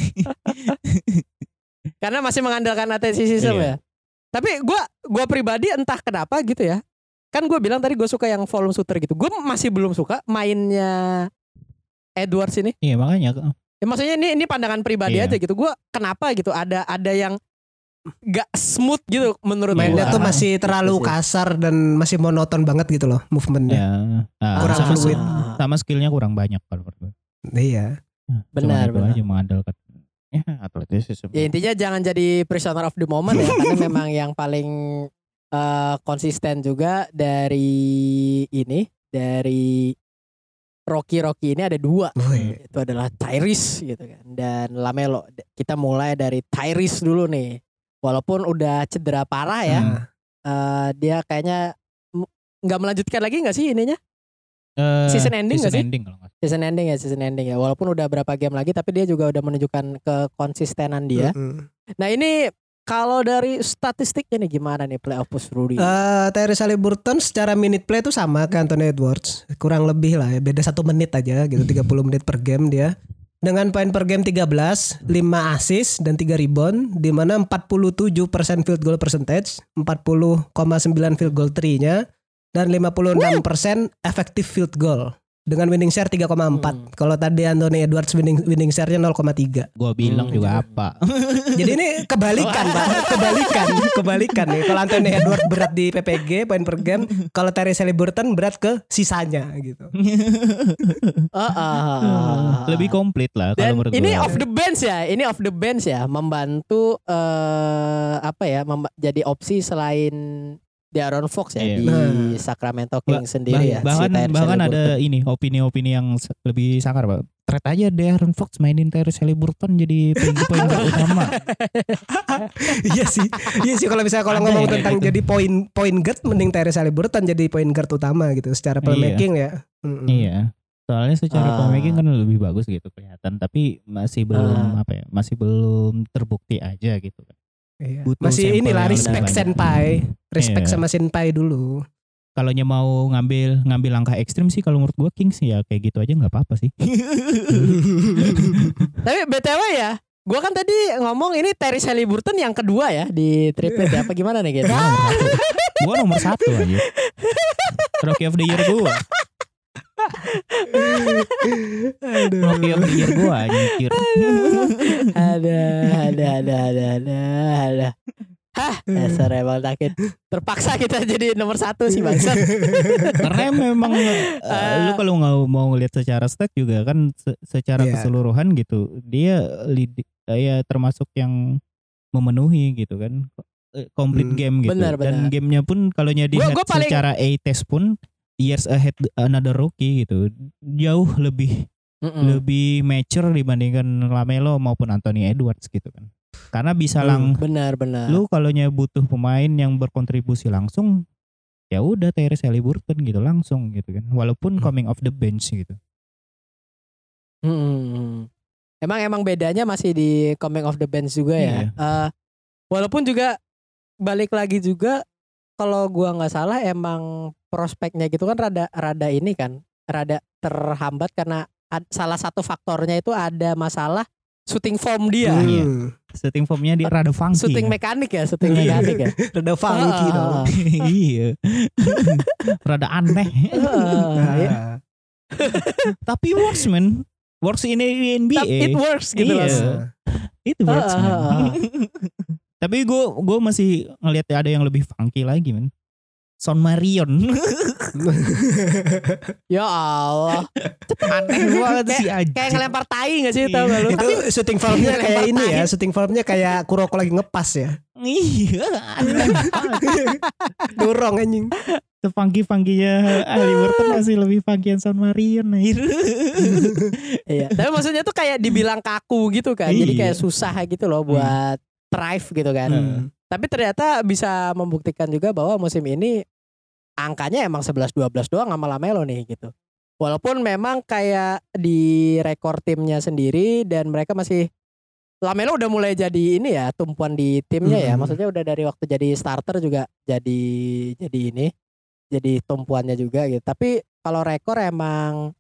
Karena masih mengandalkan atletisism Iya. ya. Tapi gue gua pribadi entah kenapa gitu ya. Kan gue bilang tadi gue suka yang volume shooter gitu. Gue masih belum suka mainnya Edwards ini. Iya makanya. Ya, maksudnya ini ini pandangan pribadi Iya. aja gitu. Gue kenapa gitu ada ada yang gak smooth gitu menurut mainnya gue. tuh masih terlalu Gitu sih. kasar dan masih monoton banget gitu loh movementnya. Ya, nah, Kurang sama, fluid. sama skillnya kurang banyak kalau menurut gue. Iya. Benar, Cuma itu benar. aja mengandalkan. Ya atletisisme. Ya intinya jangan jadi prisoner of the moment ya. Karena memang yang paling eh, konsisten juga dari ini, dari Rocky-Rocky ini ada dua. Woi. Itu adalah Tyrese gitu kan, dan Lamelo. Kita mulai dari Tyrese dulu nih. Walaupun udah cedera parah ya, Nah, eh, dia kayaknya m- nggak melanjutkan lagi nggak sih ininya? Eh, Season ending nggak season sih? ending kalau nggak salah. Season ending ya, season ending ya. Walaupun udah berapa game lagi, tapi dia juga udah menunjukkan kekonsistenan dia. mm-mm. Nah ini kalau dari statistiknya nih gimana nih playoff push Rudy? Eh, Tyrese Haliburton secara minute play itu sama kayak Anthony Edwards, kurang lebih lah ya, beda satu menit aja gitu, tiga puluh menit per game dia. Dengan poin per game tiga belas, lima assist dan tiga rebound, di mana empat puluh tujuh persen field goal percentage, empat puluh koma sembilan field goal three-nya, dan lima puluh enam persen effective field goal. Dengan winning share tiga koma empat. Hmm. Kalau tadi Anthony Edwards winning winning share-nya nol koma tiga. Gua bilang Hmm. juga apa. Jadi ini kebalikan, Pak. Kebalikan, kebalikan nih. Kalau Anthony Edwards berat di P P G poin per game, kalau Tyrese Haliburton berat ke sisanya gitu. Ah, ah, ah, ah. Lebih komplit lah Dan kalau menurut ini gua. off the bench ya, ini off the bench ya, membantu eh apa ya, memba- jadi opsi selain De'Aaron Fox ya Iya. di Nah. Sacramento Ba- Kings sendiri ya. bah- bahkan si Tyrese bahkan ada Haliburton. ini opini-opini yang se- lebih sangar, Pak. Trade aja De'Aaron Fox mainin Tyrese Haliburton jadi poin poin utama. Iya sih. Iya sih kalau misalnya kalau Ada ngomong yang kayak tentang gitu. jadi poin poin guard mending Tyrese Haliburton jadi poin guard utama gitu secara playmaking ya. Mm-mm. Iya. Soalnya secara Ah. playmaking kan lebih bagus gitu kelihatan, tapi masih belum apa ya? Masih belum terbukti aja gitu kan. Iya. Butuh Masih sampel inilah yang respect lebih banyak. senpai. Respect Iya. sama senpai dulu. Kalaunya mau ngambil ngambil langkah ekstrim sih kalau menurut gue Kings ya kayak gitu aja nggak apa-apa sih. Tapi B T W ya, gue kan tadi ngomong ini Tyrese Haliburton yang kedua ya di triplet ya. Apa gimana nih gitu? Gue nomor satu aja. Rookie of the year gue. Rookie of the year gue anjir. Ada, ada, ada, ada, ada, ada. Hah, dasar emang takut. Terpaksa kita jadi nomor satu sih bangsa. Karena memang uh, lu kalau nggak mau ngelihat secara stat juga kan se- secara Yeah. keseluruhan gitu dia lead, uh, ya termasuk yang memenuhi gitu kan uh, complete Hmm. game gitu. Benar, Dan benar. gamenya pun kalau nya Gua- dilihat gua paling- secara A-test pun years ahead another rookie gitu jauh lebih Mm-mm. lebih mature dibandingkan Lamelo maupun Anthony Edwards gitu kan. Karena bisa Hmm. lang Benar-benar. lu kalau nya butuh pemain yang berkontribusi langsung ya udah Tyrese Haliburton gitu langsung gitu kan walaupun Hmm. coming off the bench gitu. Mm-mm. Emang emang bedanya masih di coming off the bench juga ya. Iya. Eh, walaupun juga balik lagi juga kalau gua nggak salah emang prospeknya gitu kan rada rada ini kan rada terhambat karena ad- salah satu faktornya itu ada masalah shooting form dia. Hmm. Iya. Hmm. Shooting formnya dia rada funky. Shooting kan? mekanik ya, shooting Iya. mekanik ya. Rada funky Ah, dong. ah, ah. Iya. Rada aneh. Ah, ya. Nah, Tapi works man. Works in N B A. Tapi it works gitu Iya. loh. Itu works Ah, man. ah, ah. Tapi gue gue masih ngelihat ada yang lebih funky lagi man. Son Marion. Ya Allah. Aneh banget sih aja. Kayak ngelempar tai gak sih tau gak lu? itu Tapi shooting formnya Iya, kayak lempar ini tai. ya, shooting formnya kayak Kuroko lagi ngepas ya. Iya. Aneh banget. Dorong anjing. Sefunky-funkynya Haliburton masih lebih funky Son Marion. iya. Tapi maksudnya tuh kayak dibilang kaku gitu kan. Jadi Iya. kayak susah gitu loh buat thrive gitu kan. Hmm. Tapi ternyata bisa membuktikan juga bahwa musim ini angkanya emang sebelas dua belas doang sama Lamelo nih gitu. Walaupun memang kayak di rekor timnya sendiri dan mereka masih Lamelo udah mulai jadi ini ya tumpuan di timnya ya. Hmm. Maksudnya udah dari waktu jadi starter juga jadi jadi ini jadi tumpuannya juga gitu. Tapi kalau rekor emang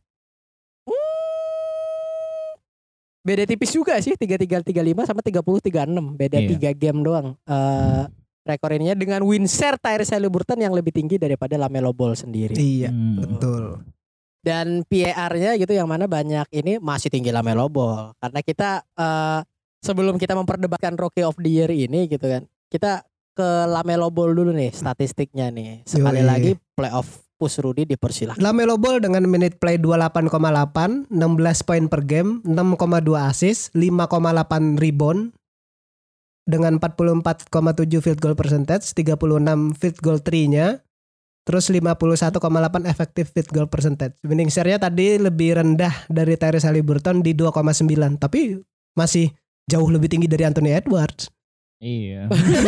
hmm, beda tipis juga sih tiga tiga tiga lima sama tiga puluh tiga enam. Beda Iya. tiga game doang. Eh rekor ininya dengan win share Tyrese Haliburton yang lebih tinggi daripada Lamelo Ball sendiri. Iya, Hmm. betul. Dan P A R-nya gitu yang mana banyak ini masih tinggi Lamelo Ball. Karena kita eh, sebelum kita memperdebatkan Rookie of the Year ini gitu kan. Kita ke Lamelo Ball dulu nih statistiknya nih. Sekali Yoi. lagi playoff push Rudy dipersilahkan. Lamelo Ball dengan menit play dua puluh delapan koma delapan, enam belas poin per game, enam koma dua assist, lima koma delapan rebound dengan empat puluh empat koma tujuh field goal percentage, tiga puluh enam field goal three-nya, terus lima puluh satu koma delapan effective field goal percentage. Winning share-nya tadi lebih rendah dari Tyrese Haliburton di dua koma sembilan, tapi masih jauh lebih tinggi dari Anthony Edwards. Iya.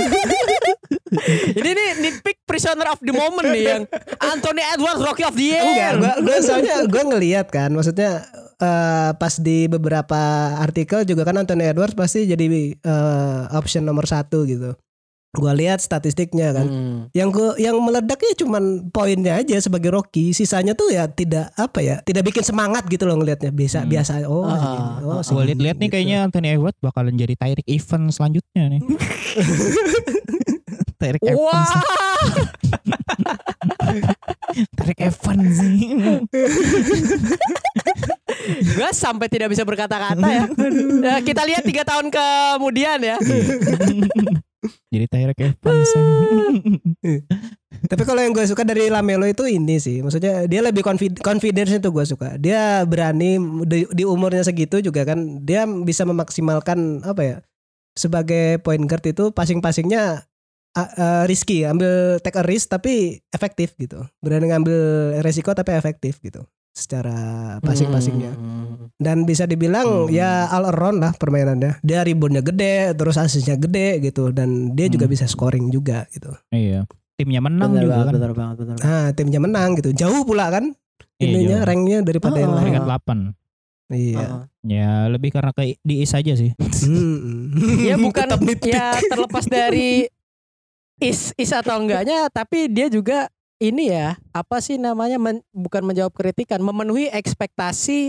Ini nih nitpick prisoner of the moment nih yang Anthony Edwards Rookie of the Year. Enggak, gua, gua soalnya gue ngelihat kan, maksudnya eh, pas di beberapa artikel juga kan Anthony Edwards pasti jadi eh, option nomor satu gitu. Gue lihat statistiknya kan, Hmm. yang gua, yang meledaknya cuman poinnya aja sebagai rookie, sisanya tuh ya tidak apa ya, tidak bikin semangat gitu loh ngelihatnya. Biasa Hmm. biasa. Oh, Ah, segini. oh ah, Gue segini lihat-lihat nih gitu. kayaknya Anthony Edwards bakalan jadi Tyreek Evans selanjutnya nih. Tyreek Evans. Wah. Tyreek Evans sih. Gue sampai tidak bisa berkata-kata ya. Ya, kita lihat tiga tahun kemudian ya. Jadi Tyreek Evans. Tapi kalau yang gue suka dari Lamelo itu ini sih, maksudnya dia lebih confid- confidence itu gue suka. Dia berani di, di umurnya segitu juga kan, dia bisa memaksimalkan apa ya, sebagai point guard itu passing-passingnya uh, uh, risky, ambil take a risk tapi efektif gitu. Berani ngambil resiko tapi efektif gitu secara passing-passingnya. Hmm. Dan bisa dibilang Hmm. ya all around lah permainannya. Dia reboundnya gede, terus asisnya gede gitu, dan dia juga Hmm. bisa scoring juga gitu. Iya. Timnya menang Bener juga banget, kan. bener banget, bener banget. Nah, timnya menang gitu. Jauh pula kan Iya, ininya, jauh. ranknya daripada yang Oh. lain. Peringkat delapan. Iya. Uh-uh. Ya lebih karena kayak di East aja sih. Hmm. Ya bukan Tetap nitpick. ya terlepas dari is is atau enggaknya, tapi dia juga ini ya, apa sih namanya, men, bukan menjawab kritikan, memenuhi ekspektasi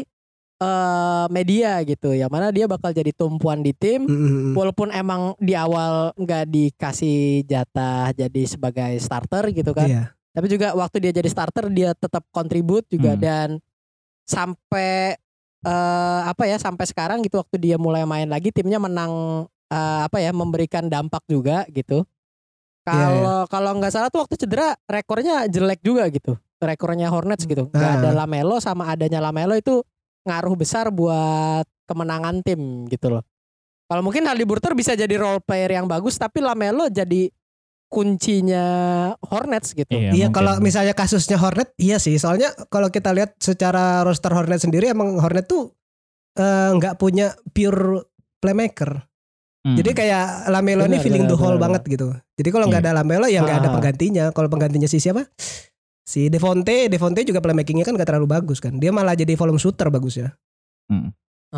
uh, media gitu. Yang mana dia bakal jadi tumpuan di tim, mm-hmm. walaupun emang di awal nggak dikasih jatah jadi sebagai starter gitu kan. Yeah. Tapi juga waktu dia jadi starter dia tetap kontribut juga, mm. dan sampai uh, apa ya sampai sekarang gitu, waktu dia mulai main lagi timnya menang, uh, apa ya memberikan dampak juga gitu. Kalau yeah, yeah. kalau nggak salah tuh waktu cedera rekornya jelek juga gitu, rekornya Hornets gitu. Nggak uh. ada Lamelo, sama adanya Lamelo itu ngaruh besar buat kemenangan tim gitu loh. Kalau mungkin Haliburton bisa jadi role player yang bagus, tapi Lamelo jadi kuncinya Hornets gitu. Iya, iya kalau misalnya kasusnya Hornet, iya sih. Soalnya kalau kita lihat secara roster Hornet sendiri, emang Hornet tuh nggak uh, punya pure playmaker. Hmm. Jadi kayak Lamelo ini filling the hole banget gitu. Jadi kalau nggak yeah. ada Lamelo ya nggak ah. ada penggantinya. Kalau penggantinya si siapa? Si Devonte, Devonte juga playmakingnya kan nggak terlalu bagus kan. Dia malah jadi volume shooter bagus ya. Hmm.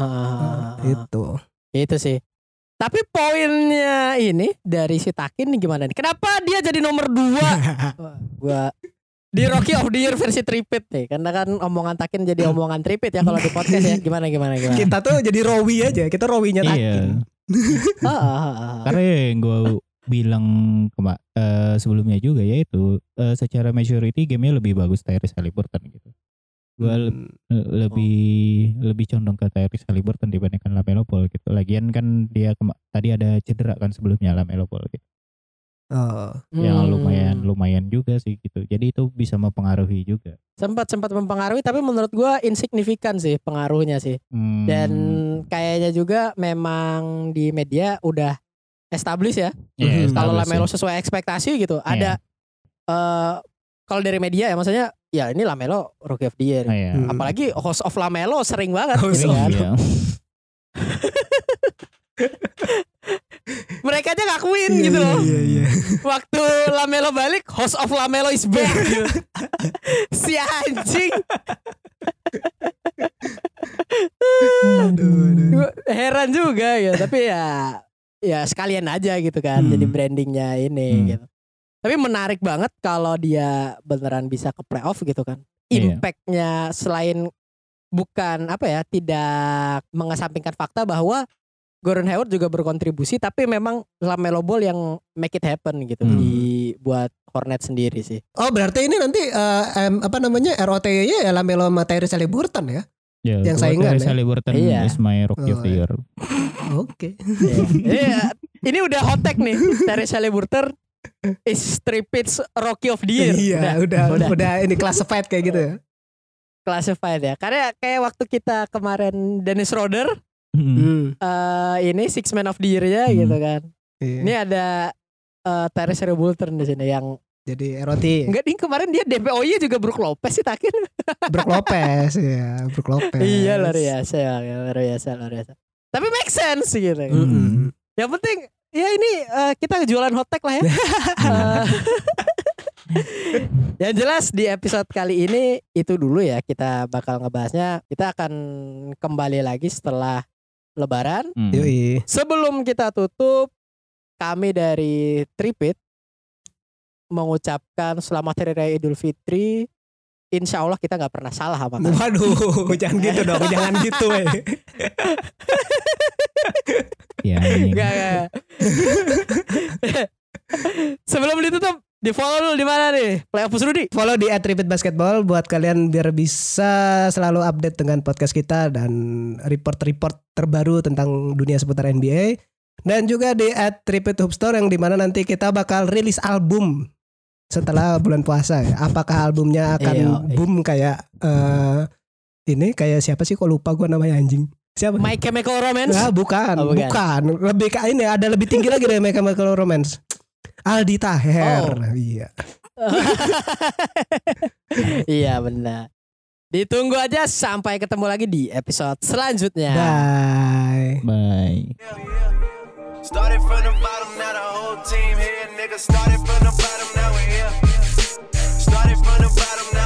Ah. Itu. Itu sih. Tapi poinnya ini dari si Takin nih gimana nih? Kenapa dia jadi nomor dua? Gua di Rookie of the Year versi tripit nih. Karena kan omongan Takin jadi omongan tripit ya kalau di podcast ya. Gimana gimana gimana. Kita tuh jadi Rowi aja. Kita Rowinya Takin. Iya. Karena yang gue bilang kema- uh, sebelumnya juga yaitu uh, secara maturity gamenya lebih bagus Tyrese Haliburton gitu. Gue hmm. le- lebih oh. lebih condong ke Tyrese Haliburton dibandingkan Lamelo Ball gitu. Lagian kan dia kema- tadi ada cedera kan sebelumnya Lamelo Ball gitu. Oh. Yang lumayan lumayan juga sih gitu. Jadi itu bisa mempengaruhi juga. Sempat sempat mempengaruhi, tapi menurut gue insignifikan sih pengaruhnya sih. Hmm. Dan kayaknya juga memang di media udah established ya. Yeah, kalau Lamelo sesuai ekspektasi gitu. Yeah. Ada uh, kalau dari media ya maksudnya ya ini Lamelo Rookie of the Year. Oh, yeah. hmm. Apalagi host of Lamelo sering banget host gitu kan. Yeah. Mereka aja ngakuin yeah, gitu loh. Yeah, yeah, yeah. Waktu Lamelo balik, host of Lamelo is back. Gitu. Si anjing. aduh, aduh. Heran juga ya, tapi ya ya sekalian aja gitu kan. Hmm. Jadi brandingnya ini hmm. gitu. Tapi menarik banget kalau dia beneran bisa ke playoff gitu kan. Impactnya selain bukan apa ya, tidak mengesampingkan fakta bahwa Gordon Hayward juga berkontribusi, tapi memang Lamelo Ball yang make it happen gitu hmm. di buat Hornets sendiri sih. Oh berarti ini nanti uh, um, apa namanya R O T Y-nya ya Lamelo sama Tyrese Haliburton ya? Ya, yang saingan ya. Haliburton iya. is my Rookie of the Year. Oke. Iya. Ini udah hot take nih. Tyrese Haliburton is Tripit's Rookie of the Year. Iya, udah udah, udah. udah ini classified kayak gitu ya. Classified ya. Karena kayak waktu kita kemarin Dennis Schroeder Hmm. Uh, ini Six Man of the Year-nya hmm. gitu kan. Iya. Ini ada uh, Tyrese Haliburton di sini yang jadi R O T. Enggak, nih kemarin dia D P O Y juga Brook Lopez sih Takin. Brook Lopez ya, Brook Lopez. Iya luar biasa ya, luar biasa, luar biasa. Tapi make sense gitu. Mm-hmm. Yang penting ya ini uh, kita jualan hot tag lah ya. uh, Yang jelas di episode kali ini itu dulu ya, kita bakal ngebahasnya. Kita akan kembali lagi setelah Lebaran. Hmm. Yui. Sebelum kita tutup, kami dari Tripit mengucapkan selamat Hari Raya Idul Fitri. Insya Allah kita nggak pernah salah sama kalian. Waduh, jangan gitu dong, jangan gitu. Eh. Ya, gak, gak. Sebelum ditutup, di follow dulu di mana nih? Playoff Rudy. Follow di at Tripit Basketball buat kalian biar bisa selalu update dengan podcast kita dan report-report terbaru tentang dunia seputar N B A. Dan juga di at Tripit Hoopstore yang dimana nanti kita bakal rilis album setelah bulan puasa ya. Apakah albumnya akan iyo, iyo. boom kayak uh, ini kayak siapa sih, kok lupa gue namanya anjing. Siapa? My Chemical Romance? Nah, bukan, oh, bukan, bukan. Lebih kayak ini, ada lebih tinggi lagi dari My Chemical Romance. Aldi Taher. Oh. Iya. Iya benar. Ditunggu aja sampai ketemu lagi di episode selanjutnya. Bye. Bye. Started from the bottom, now the whole team here, nigga. Started from the bottom, now we're here. Started from the bottom, now